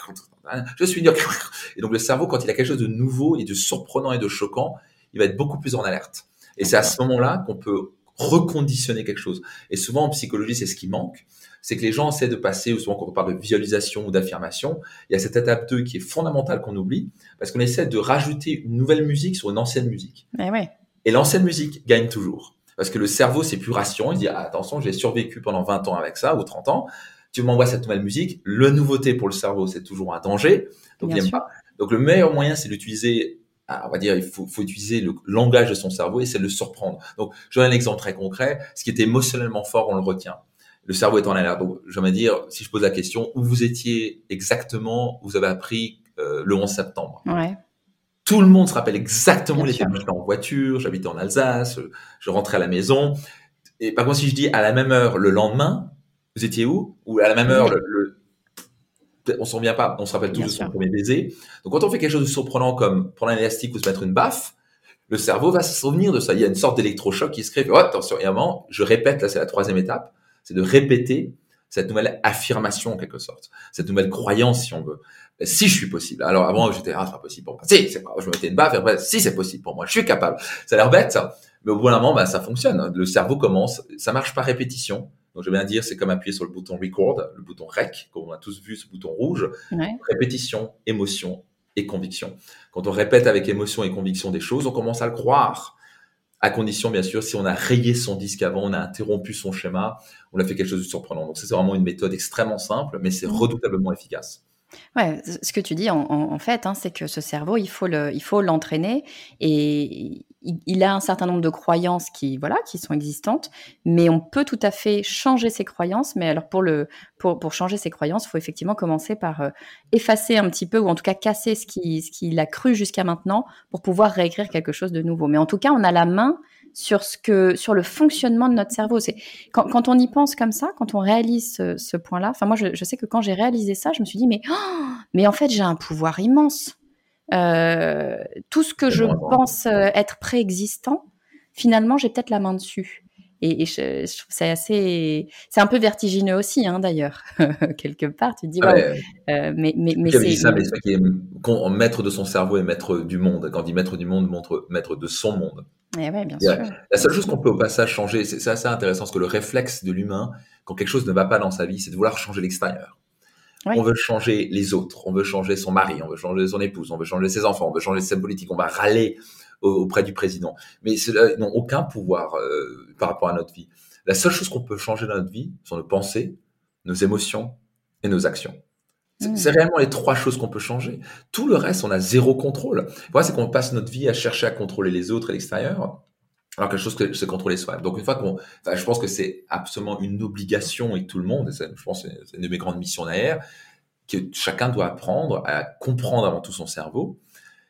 Speaker 2: je suis nul. Et donc, le cerveau, quand il a quelque chose de nouveau et de surprenant et de choquant, il va être beaucoup plus en alerte. Et c'est à ce moment-là qu'on peut reconditionner quelque chose. Et souvent, en psychologie, c'est ce qui manque. C'est que les gens essaient de passer, ou souvent quand on parle de visualisation ou d'affirmation, il y a cette étape deux qui est fondamentale qu'on oublie, parce qu'on essaie de rajouter une nouvelle musique sur une ancienne musique.
Speaker 1: Eh ouais.
Speaker 2: Et l'ancienne musique gagne toujours. Parce que le cerveau, c'est plus rassurant. Il se dit, ah, attention, j'ai survécu pendant vingt ans avec ça, ou trente ans. Tu m'envoies cette nouvelle musique. Le nouveauté pour le cerveau, c'est toujours un danger. Donc,
Speaker 1: Bien
Speaker 2: il n'aime
Speaker 1: sûr.
Speaker 2: pas. Donc, le meilleur moyen, c'est d'utiliser, ah, on va dire, il faut, faut utiliser le langage de son cerveau et c'est de le surprendre. Donc, je donne un exemple très concret. Ce qui est émotionnellement fort, on le retient. Le cerveau est en alerte. Donc, je vais dire, si je pose la question, où vous étiez exactement, vous avez appris euh, le onze septembre.
Speaker 1: Ouais.
Speaker 2: Tout le monde se rappelle exactement
Speaker 1: Bien
Speaker 2: les
Speaker 1: sûr.
Speaker 2: termes. J'étais en voiture, j'habitais en Alsace, je rentrais à la maison. Et par contre, si je dis à la même heure le lendemain, vous étiez où? Ou à la même heure,
Speaker 1: Oui.
Speaker 2: le, le... on s'en souvient pas. On se rappelle tous
Speaker 1: Bien
Speaker 2: de son
Speaker 1: sûr.
Speaker 2: premier baiser. Donc, quand on fait quelque chose de surprenant comme prendre un élastique ou se mettre une baffe, le cerveau va se souvenir de ça. Il y a une sorte d'électrochoc qui se crée. Oh, attention, et à un moment, je répète, là, c'est la troisième étape, c'est de répéter cette nouvelle affirmation, en quelque sorte. Cette nouvelle croyance, si on veut. Si je suis possible. Alors, avant, j'étais, ah, c'est pas possible pour moi. Si, c'est pas, je me mettais une baffe, et après, si, c'est possible pour moi. Je suis capable. Ça a l'air bête, ça. Mais au bout d'un moment, bah, ça fonctionne. Le cerveau commence, ça marche par répétition. Donc, je vais bien dire, c'est comme appuyer sur le bouton record, le bouton rec, comme on a tous vu ce bouton rouge.
Speaker 1: Ouais.
Speaker 2: Répétition, émotion et conviction. Quand on répète avec émotion et conviction des choses, on commence à le croire. À condition, bien sûr, si on a rayé son disque avant, on a interrompu son schéma, on a fait quelque chose de surprenant. Donc, c'est vraiment une méthode extrêmement simple, mais c'est
Speaker 1: Mmh.
Speaker 2: redoutablement efficace.
Speaker 1: Ouais, ce que tu dis en, en, en fait, hein, c'est que ce cerveau, il faut le, il faut l'entraîner et il, il a un certain nombre de croyances qui, voilà, qui sont existantes, mais on peut tout à fait changer ces croyances. Mais alors pour le, pour, pour changer ces croyances, il faut effectivement commencer par euh, effacer un petit peu ou en tout cas casser ce qui, ce qu'il a cru jusqu'à maintenant pour pouvoir réécrire quelque chose de nouveau. Mais en tout cas, on a la main sur ce que, sur le fonctionnement de notre cerveau. C'est quand, quand on y pense comme ça, quand on réalise ce, ce point-là. Enfin, moi, je, je sais que quand j'ai réalisé ça, je me suis dit, mais, oh, mais en fait, j'ai un pouvoir immense. euh, tout ce que
Speaker 2: C'est
Speaker 1: je
Speaker 2: bon, bon.
Speaker 1: pense euh, être préexistant, finalement, j'ai peut-être la main dessus. Et, et je, je trouve c'est assez, c'est un peu vertigineux aussi, hein, d'ailleurs. Quelque part, tu te dis
Speaker 2: Ah,
Speaker 1: waouh.
Speaker 2: mais,
Speaker 1: Euh, mais mais
Speaker 2: c'est lui
Speaker 1: mais
Speaker 2: qui avait dit
Speaker 1: c'est
Speaker 2: ça,
Speaker 1: mais
Speaker 2: mais c'est qui est con- maître de son cerveau et maître du monde. Quand on dit maître du monde, montre maître de son monde.
Speaker 1: eh ouais, bien
Speaker 2: Et, euh,
Speaker 1: sûr,
Speaker 2: la
Speaker 1: bien
Speaker 2: seule chose
Speaker 1: sûr.
Speaker 2: qu'on peut au passage changer, c'est c'est assez intéressant, parce que le réflexe de l'humain, quand quelque chose ne va pas dans sa vie, c'est de vouloir changer l'extérieur. On
Speaker 1: Ouais.
Speaker 2: veut changer les autres, on veut changer son mari, on veut changer son épouse, on veut changer ses enfants, on veut changer sa politique, on va râler au- auprès du président. Mais ceux-là n'ont aucun pouvoir euh, par rapport à notre vie. La seule chose qu'on peut changer dans notre vie sont nos pensées, nos émotions et nos actions. C'est c'est
Speaker 1: Mm.
Speaker 2: réellement les trois choses qu'on peut changer. Tout le reste, on a zéro contrôle. Le problème, c'est qu'on passe notre vie à chercher à contrôler les autres et l'extérieur, alors quelque chose que c'est contrôler soi-même. Donc une fois qu'on, enfin, je pense que c'est absolument une obligation et tout le monde, et ça, je pense que c'est une de mes grandes missions derrière, que chacun doit apprendre à comprendre avant tout son cerveau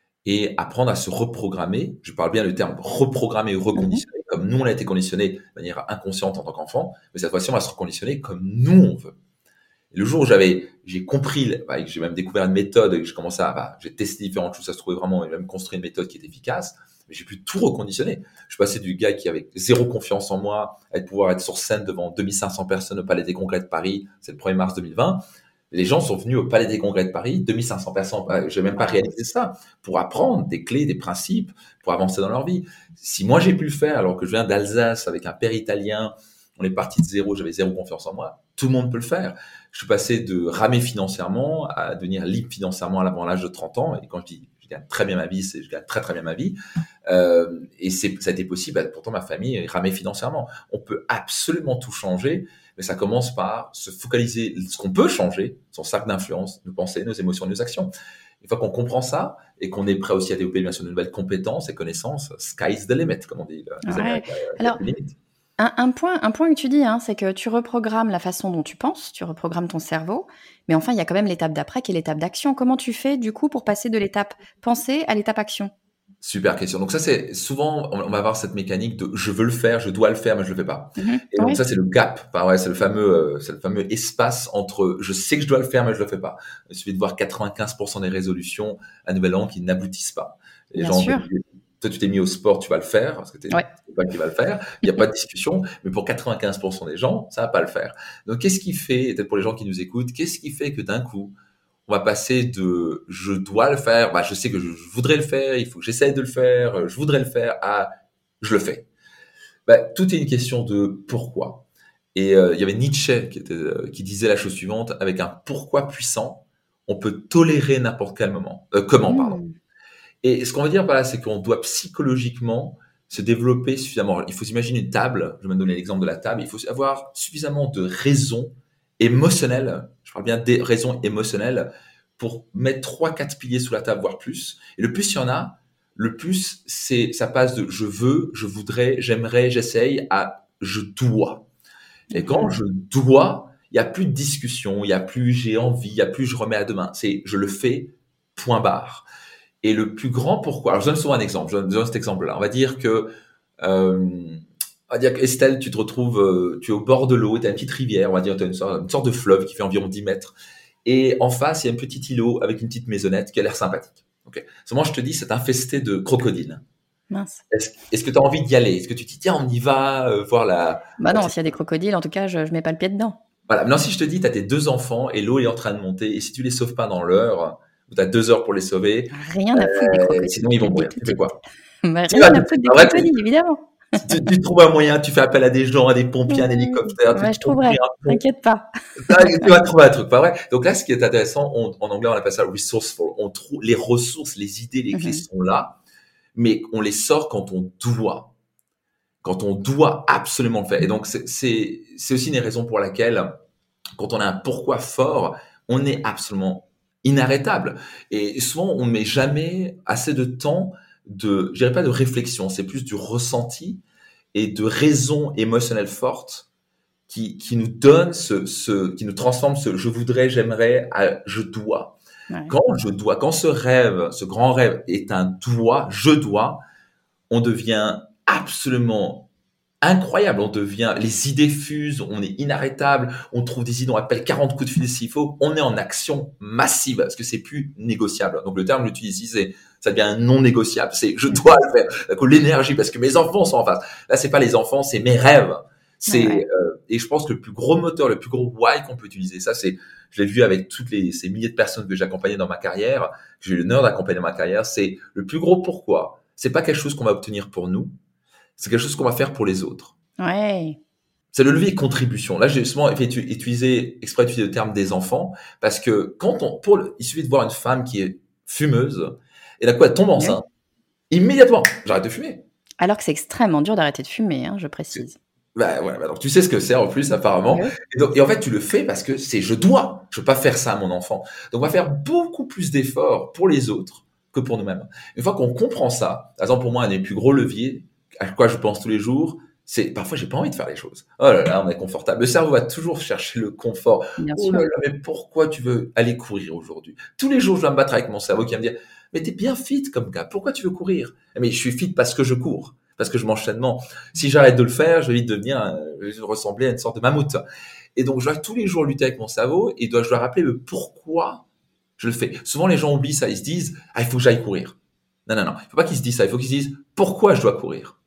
Speaker 2: et apprendre à se reprogrammer. Je parle bien du terme reprogrammer ou
Speaker 1: Mhm.
Speaker 2: reconditionner, comme nous on a été conditionné de manière inconsciente en tant qu'enfant, mais cette fois-ci on va se reconditionner comme nous on veut. Et le jour où j'avais, j'ai compris, bah, j'ai même découvert une méthode, et que je commençais à, bah, j'ai testé différentes choses, ça se trouvait vraiment, et même construit une méthode qui est efficace, mais j'ai pu tout reconditionner. Je suis passé du gars qui avait zéro confiance en moi, à pouvoir être sur scène devant deux mille cinq cents personnes au Palais des Congrès de Paris, c'est le premier mars deux mille vingt. Les gens sont venus au Palais des Congrès de Paris, deux mille cinq cents personnes, bah, j'ai même pas
Speaker 1: Wow.
Speaker 2: réalisé ça, pour apprendre des clés, des principes, pour avancer dans leur vie. Si moi j'ai pu le faire, alors que je viens d'Alsace avec un père italien, on est parti de zéro, j'avais zéro confiance en moi, tout le monde peut le faire. Je suis passé de ramer financièrement à devenir libre financièrement avant l'âge de trente ans. Et quand je dis je gagne très bien ma vie, c'est je gagne très très bien ma vie. Euh, et c'est, ça a été possible. Bah, pourtant, ma famille ramait financièrement. On peut absolument tout changer, mais ça commence par se focaliser ce qu'on peut changer, son cercle d'influence, nos pensées, nos émotions, nos actions. Une fois qu'on comprend ça et qu'on est prêt aussi à développer bien sûr de nouvelles compétences et connaissances, sky's the limit, comme on dit les
Speaker 1: Ouais.
Speaker 2: Américains. Il n'y a
Speaker 1: Alors,
Speaker 2: plus de limite.
Speaker 1: Un, un point, un point que tu dis, hein, c'est que tu reprogrammes la façon dont tu penses, tu reprogrammes ton cerveau, mais enfin, il y a quand même l'étape d'après qui est l'étape d'action. Comment tu fais, du coup, pour passer de l'étape pensée à l'étape action?
Speaker 2: Super question. Donc ça, c'est souvent, on va avoir cette mécanique de je veux le faire, je dois le faire, mais je le fais pas.
Speaker 1: Mhm.
Speaker 2: Et donc
Speaker 1: Oui,
Speaker 2: ça, c'est le gap. Enfin, ouais, c'est le fameux, euh, c'est le fameux espace entre je sais que je dois le faire, mais je le fais pas. Il suffit de voir quatre-vingt-quinze pour cent des résolutions à Nouvel An qui n'aboutissent pas. Les
Speaker 1: bien
Speaker 2: gens,
Speaker 1: sûr.
Speaker 2: toi, tu t'es mis au sport, tu vas le faire parce que t'es
Speaker 1: Ouais.
Speaker 2: c'est pas qui va le faire. Il n'y a pas de discussion. Mais pour quatre-vingt-quinze pour cent des gens, ça va pas le faire. Donc, qu'est-ce qui fait, et peut-être pour les gens qui nous écoutent, qu'est-ce qui fait que d'un coup, on va passer de je dois le faire, bah, je sais que je, je voudrais le faire, il faut que j'essaye de le faire, je voudrais le faire, à je le fais. Bah, tout est une question de pourquoi. Et euh, il y avait Nietzsche qui, était, euh, qui disait la chose suivante, avec un pourquoi puissant, on peut tolérer n'importe quel moment, euh, comment, pardon.
Speaker 1: Mmh.
Speaker 2: Et ce qu'on veut dire par là, c'est qu'on doit psychologiquement se développer suffisamment. Il faut s'imaginer une table, je vais me donner l'exemple de la table, il faut avoir suffisamment de raisons émotionnelles, je parle bien des raisons émotionnelles, pour mettre trois, quatre piliers sous la table, voire plus. Et le plus il y en a, le plus c'est, ça passe de je veux, je voudrais, j'aimerais, j'essaye à je dois. Et quand
Speaker 1: Mhm.
Speaker 2: je dois, il n'y a plus de discussion, il n'y a plus j'ai envie, il n'y a plus je remets à demain. C'est je le fais, point barre. Et le plus grand pourquoi. Alors, je donne souvent un exemple. Je donne cet exemple-là. On va dire que, euh, on va dire que Estelle, tu te retrouves, euh, tu es au bord de l'eau, tu as une petite rivière, on va dire, tu as une sorte, une sorte de fleuve qui fait environ dix mètres. Et en face, il y a un petit îlot avec une petite maisonnette qui a l'air sympathique. Okay. Seulement, je te dis, c'est infesté de crocodiles.
Speaker 1: Mince.
Speaker 2: Est-ce, est-ce que tu as envie d'y aller? Est-ce que tu te dis, tiens, on y va, euh, voir la,
Speaker 1: Bah
Speaker 2: la
Speaker 1: non,
Speaker 2: petite...
Speaker 1: s'il y a des crocodiles, en tout cas, je, je mets pas le pied dedans.
Speaker 2: Voilà. Maintenant, si je te dis, tu as tes deux enfants et l'eau est en train de monter, et si tu les sauves pas dans l'heure, ou tu as deux heures pour les sauver,
Speaker 1: Rien à foutre des
Speaker 2: euh,
Speaker 1: crocodiles,
Speaker 2: sinon ils
Speaker 1: je te
Speaker 2: vont
Speaker 1: le dis
Speaker 2: mourir.
Speaker 1: tout
Speaker 2: Tu
Speaker 1: de
Speaker 2: fais
Speaker 1: suite.
Speaker 2: quoi?
Speaker 1: Bah,
Speaker 2: Tu vas
Speaker 1: rien
Speaker 2: tout
Speaker 1: à
Speaker 2: de
Speaker 1: foutre
Speaker 2: suite.
Speaker 1: des
Speaker 2: En vrai,
Speaker 1: crocodiles, évidemment.
Speaker 2: tu, tu trouves un moyen, tu fais appel à des gens, à des pompiers, à un
Speaker 1: Oui,
Speaker 2: hélicoptère, tu
Speaker 1: ouais,
Speaker 2: te
Speaker 1: je
Speaker 2: construis
Speaker 1: trouverai,
Speaker 2: un pont,
Speaker 1: t'inquiète pas.
Speaker 2: tu vas trouver un truc, pas vrai? Donc là, ce qui est intéressant, on- en anglais, on appelle ça resourceful. On trouve les ressources, les idées, les clés
Speaker 1: Mhm.
Speaker 2: sont là, mais on les sort quand on doit, quand on doit absolument le faire. Et donc, c'est c'est- c'est aussi une des raisons pour laquelle, quand on a un pourquoi fort, on est absolument inarrêtable. Et souvent, on ne met jamais assez de temps de, je dirais pas de réflexion, c'est plus du ressenti et de raisons émotionnelles fortes qui, qui nous donne ce, ce, qui nous transforme ce je voudrais, j'aimerais à je dois.
Speaker 1: Ouais.
Speaker 2: Quand je dois, quand ce rêve, ce grand rêve est un dois, je dois, on devient absolument incroyable. On devient, les idées fusent, on est inarrêtable, on trouve des idées, on appelle quarante coups de fil s'il faut. On est en action massive parce que c'est plus négociable. Donc le terme que j'utilise ici, c'est ça devient un non négociable. C'est je dois le faire. Donc l'énergie, parce que mes enfants sont en face. Là, c'est pas les enfants, c'est mes rêves. C'est
Speaker 1: Ouais, ouais.
Speaker 2: euh, et je pense que le plus gros moteur, le plus gros why qu'on peut utiliser, ça c'est, je l'ai vu avec toutes les ces milliers de personnes que j'ai accompagnées dans ma carrière, que j'ai eu l'honneur d'accompagner dans ma carrière, c'est le plus gros pourquoi. C'est pas quelque chose qu'on va obtenir pour nous, c'est quelque chose qu'on va faire pour les autres.
Speaker 1: Ouais.
Speaker 2: C'est le levier contribution. Là, j'ai justement fait utiliser, exprès utiliser le terme des enfants, parce que quand on, pour le, il suffit de voir une femme qui est fumeuse, et d'un coup, elle tombe
Speaker 1: Oui.
Speaker 2: enceinte, immédiatement, j'arrête de fumer.
Speaker 1: Alors que c'est extrêmement dur d'arrêter de fumer, hein, je précise.
Speaker 2: Bah, ouais, bah donc tu sais ce que c'est en plus, apparemment.
Speaker 1: Oui.
Speaker 2: Et, donc, et en fait, tu le fais parce que c'est je dois. Je peux pas faire ça à mon enfant. Donc, on va faire beaucoup plus d'efforts pour les autres que pour nous-mêmes. Une fois qu'on comprend ça, par exemple, pour moi, un des plus gros leviers, à quoi je pense tous les jours, c'est parfois j'ai pas envie de faire les choses. Oh là là, on est confortable. Le cerveau va toujours chercher le confort.
Speaker 1: Bien
Speaker 2: Oh
Speaker 1: sûr.
Speaker 2: là là, mais pourquoi tu veux aller courir aujourd'hui? Tous les jours, je dois me battre avec mon cerveau qui va me dire, mais t'es bien fit comme gars. Pourquoi tu veux courir? Mais je suis fit parce que je cours, parce que je mange sainement. Si j'arrête de le faire, je vais vite devenir, euh, je vais ressembler à une sorte de mammouth. Et donc, je dois tous les jours lutter avec mon cerveau et dois, je dois rappeler le pourquoi je le fais. Souvent, les gens oublient ça. Ils se disent, ah, il faut que j'aille courir. Non, non, non. Il faut pas qu'ils se disent ça. Il faut qu'ils se disent, pourquoi je dois courir?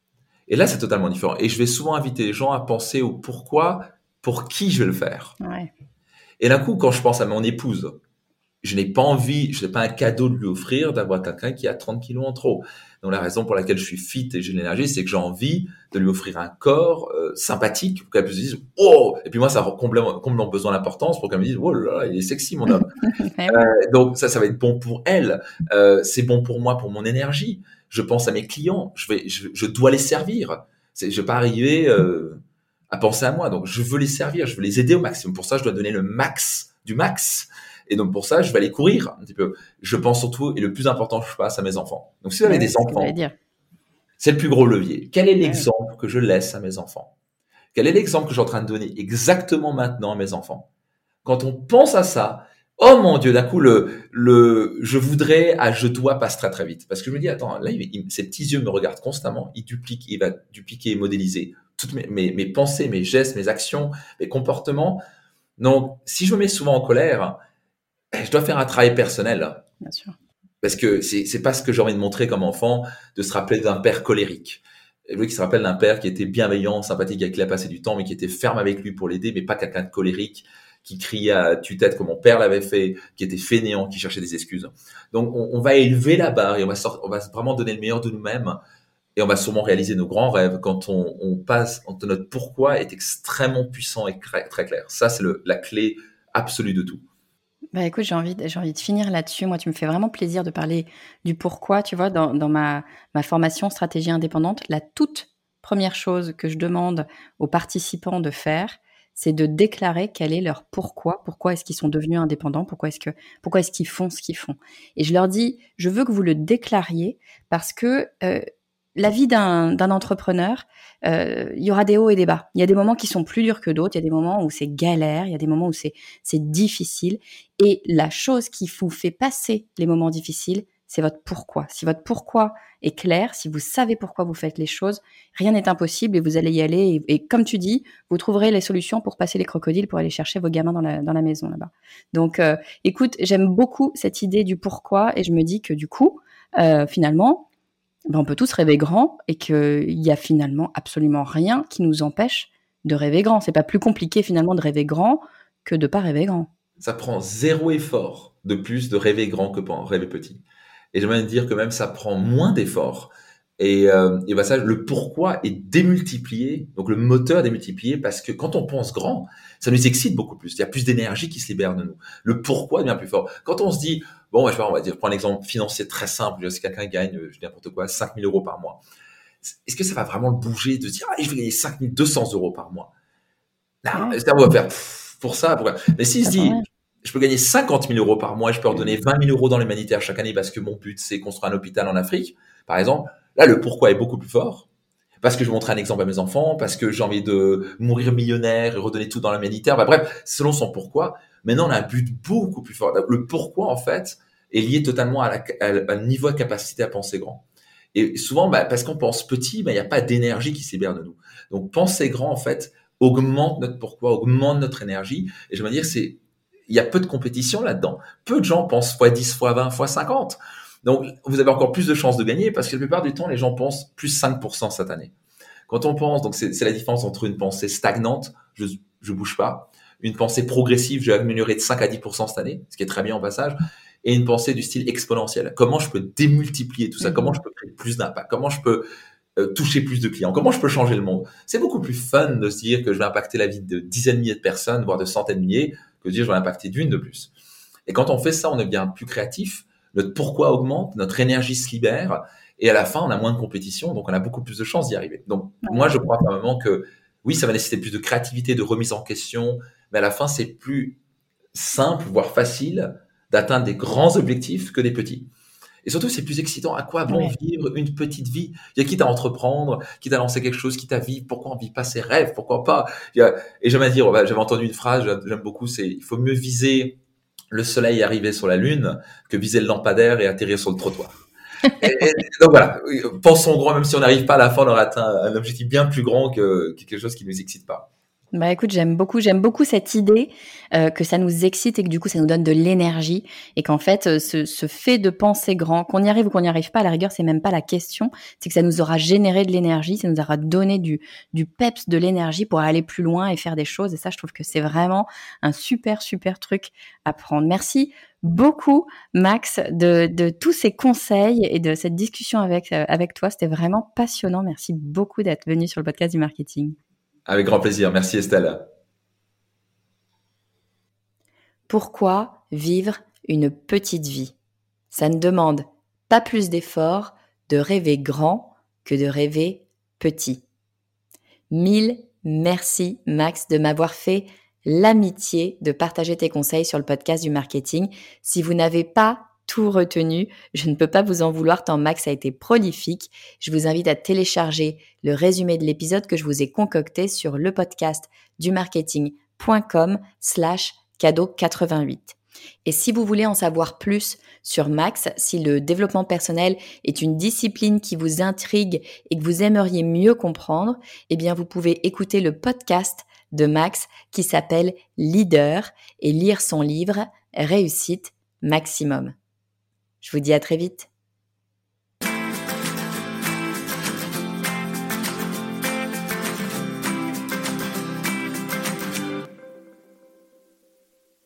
Speaker 2: Et là, c'est totalement différent. Et je vais souvent inviter les gens à penser au pourquoi, pour qui je vais le faire.
Speaker 1: Ouais.
Speaker 2: Et d'un coup, quand je pense à mon épouse, je n'ai pas envie, je n'ai pas un cadeau de lui offrir d'avoir quelqu'un qui a trente kilos en trop. Donc la raison pour laquelle je suis fit et j'ai de l'énergie, c'est que j'ai envie de lui offrir un corps euh, sympathique pour qu'elle puisse se dire oh, et puis moi ça comble, comble mon besoin d'importance pour qu'elle me dise oh là là, il est sexy mon homme.
Speaker 1: Eh
Speaker 2: Euh,
Speaker 1: oui.
Speaker 2: donc ça, ça va être bon pour elle. Euh, c'est bon pour moi, pour mon énergie. Je pense à mes clients. Je vais, je, je dois les servir. C'est, je vais pas arriver euh, à penser à moi. Donc je veux les servir. Je veux les aider au maximum. Pour ça, je dois donner le max du max. Et donc pour ça, je vais aller courir un petit peu. Je pense surtout, et le plus important, je passe à mes enfants. Donc si vous avez
Speaker 1: Eh oui,
Speaker 2: des
Speaker 1: c'est ce que j'allais
Speaker 2: enfants,
Speaker 1: dire.
Speaker 2: c'est le plus gros levier. Quel est
Speaker 1: Eh oui.
Speaker 2: l'exemple que je laisse à mes enfants? Quel est l'exemple que je suis en train de donner exactement maintenant à mes enfants? Quand on pense à ça, oh mon Dieu, d'un coup, le, le, je voudrais, à je dois passe très très vite. Parce que je me dis, attends, là, il, il, ses petits yeux me regardent constamment, il duplique, il va dupliquer et modéliser toutes mes, mes, mes pensées, mes gestes, mes actions, mes comportements. Donc, si je me mets souvent en colère, je dois faire un travail personnel.
Speaker 1: Bien sûr.
Speaker 2: Parce que c'est, c'est pas ce que j'ai envie de montrer comme enfant, de se rappeler d'un père colérique. Lui qui se rappelle d'un père qui était bienveillant, sympathique, avec qui il a passé du temps, mais qui était ferme avec lui pour l'aider, mais pas quelqu'un de colérique, qui criait à tue-tête comme mon père l'avait fait, qui était fainéant, qui cherchait des excuses. Donc on, on va élever la barre et on va, sort, on va vraiment donner le meilleur de nous-mêmes et on va sûrement réaliser nos grands rêves quand on, on passe, quand notre pourquoi est extrêmement puissant et très, très clair. Ça, c'est le, la clé absolue de tout.
Speaker 1: Bah, écoute, j'ai envie de j'ai envie de finir là-dessus. Moi, tu me fais vraiment plaisir de parler du pourquoi. Tu vois, dans dans ma ma formation stratégie indépendante, la toute première chose que je demande aux participants de faire, c'est de déclarer quel est leur pourquoi. Pourquoi est-ce qu'ils sont devenus indépendants? Pourquoi est-ce que pourquoi est-ce qu'ils font ce qu'ils font? Et je leur dis: «Je veux que vous le déclariez parce que, heu, la vie d'un d'un entrepreneur, heu, il y aura des hauts et des bas. Il y a des moments qui sont plus durs que d'autres, il y a des moments où c'est galère, il y a des moments où c'est c'est difficile et la chose qui vous fait passer les moments difficiles, c'est votre pourquoi. Si votre pourquoi est clair, si vous savez pourquoi vous faites les choses, rien n'est impossible et vous allez y aller et et comme tu dis, vous trouverez les solutions pour passer les crocodiles, pour aller chercher vos gamins dans la dans la maison là-bas. Donc heu, écoute, j'aime beaucoup cette idée du pourquoi et je me dis que du coup, heu, finalement, ben, on peut tous rêver grand et qu'il y a finalement absolument rien qui nous empêche de rêver grand. C'est pas plus compliqué finalement de rêver grand que de pas rêver grand.
Speaker 2: Ça prend zéro effort de plus de rêver grand que de rêver petit. Et j'aimerais dire que même ça prend moins d'efforts. Et, euh, et ben ça, le pourquoi est démultiplié, donc le moteur est démultiplié parce que quand on pense grand, ça nous excite beaucoup plus. Il y a plus d'énergie qui se libère de nous. Le pourquoi devient plus fort. Quand on se dit, bon, je sais pas, on va dire, prends un exemple financier très simple. Si quelqu'un gagne, je dis n'importe quoi, cinq mille euros par mois. Est-ce que ça va vraiment le bouger de se dire, ah, je vais gagner cinq mille deux cents euros par mois? Non,
Speaker 1: Ouais.
Speaker 2: le cerveau va faire, pff, pour ça, pourquoi? Mais s'il
Speaker 1: Ça
Speaker 2: se
Speaker 1: change
Speaker 2: dit,
Speaker 1: rien.
Speaker 2: je peux gagner cinquante mille euros par mois et je peux leur donner vingt mille euros dans l'humanitaire chaque année parce que mon but, c'est construire un hôpital en Afrique, par exemple. Là, le pourquoi est beaucoup plus fort. Parce que je vais montrer un exemple à mes enfants, parce que j'ai envie de mourir millionnaire et redonner tout dans l'humanitaire. Bah, bref, selon son pourquoi. Maintenant, on a un but beaucoup plus fort. Le pourquoi, en fait, est lié totalement à, la, à, à un niveau de capacité à penser grand. Et souvent, bah, parce qu'on pense petit, bah, il n'y a pas d'énergie qui se libère de nous. Donc, penser grand, en fait, augmente notre pourquoi, augmente notre énergie. Et je veux dire, c'est, il y a peu de compétition là-dedans. Peu de gens pensent fois dix, fois vingt, fois cinquante. Donc, vous avez encore plus de chances de gagner parce que la plupart du temps, les gens pensent plus cinq pour cent cette année. Quand on pense, donc c'est, c'est la différence entre une pensée stagnante, je, je bouge pas, une pensée progressive, je vais améliorer de cinq à dix pour cent cette année, ce qui est très bien en passage, et une pensée du style exponentiel. Comment je peux démultiplier tout ça? Comment je peux créer plus d'impact? Comment je peux euh, toucher plus de clients? Comment je peux changer le monde? C'est beaucoup plus fun de se dire que je vais impacter la vie de dizaines de milliers de personnes, voire de centaines de milliers, que de dire je vais impacter d'une de plus. Et quand on fait ça, on est bien plus créatif, notre pourquoi augmente, notre énergie se libère, et à la fin, on a moins de compétition, donc on a beaucoup plus de chances d'y arriver. Donc, moi, je crois vraiment que oui, ça va nécessiter plus de créativité, de remise en question, mais à la fin, c'est plus simple, voire facile, d'atteindre des grands objectifs que des petits. Et surtout, c'est plus excitant. À quoi bon
Speaker 1: Ouais.
Speaker 2: vivre une petite vie? Il y a quitte à entreprendre, quitte à lancer quelque chose, quitte à vivre. Pourquoi on vit pas ses rêves? Pourquoi pas? Il y a, et j'aime à dire, j'avais entendu une phrase, j'aime beaucoup, c'est il faut mieux viser le soleil et arriver sur la lune que viser le lampadaire et atterrir sur le trottoir. Et, et, donc voilà, pensons grand, même si on n'arrive pas à la fin, on aura atteint un objectif bien plus grand que, que quelque chose qui nous excite pas.
Speaker 1: Bah écoute, j'aime beaucoup, j'aime beaucoup cette idée euh, que ça nous excite et que du coup ça nous donne de l'énergie et qu'en fait euh, ce, ce fait de penser grand, qu'on y arrive ou qu'on n'y arrive pas, à la rigueur c'est même pas la question, c'est que ça nous aura généré de l'énergie, ça nous aura donné du, du peps, de l'énergie pour aller plus loin et faire des choses et ça je trouve que c'est vraiment un super super truc à prendre. Merci beaucoup Max de, de tous ces conseils et de cette discussion avec, euh, avec toi, c'était vraiment passionnant, merci beaucoup d'être venu sur le podcast du marketing.
Speaker 2: Avec grand plaisir. Merci Estelle.
Speaker 1: Pourquoi vivre une petite vie? Ça ne demande pas plus d'efforts de rêver grand que de rêver petit. Mille merci Max de m'avoir fait l'amitié de partager tes conseils sur le podcast du marketing. Si vous n'avez pas tout retenu, je ne peux pas vous en vouloir tant Max a été prolifique. Je vous invite à télécharger le résumé de l'épisode que je vous ai concocté sur le podcast du marketing.com slash cadeau quatre-vingt-huit. Et si vous voulez en savoir plus sur Max, si le développement personnel est une discipline qui vous intrigue et que vous aimeriez mieux comprendre, eh bien vous pouvez écouter le podcast de Max qui s'appelle Leader et lire son livre Réussite Maximum. Je vous dis à très vite.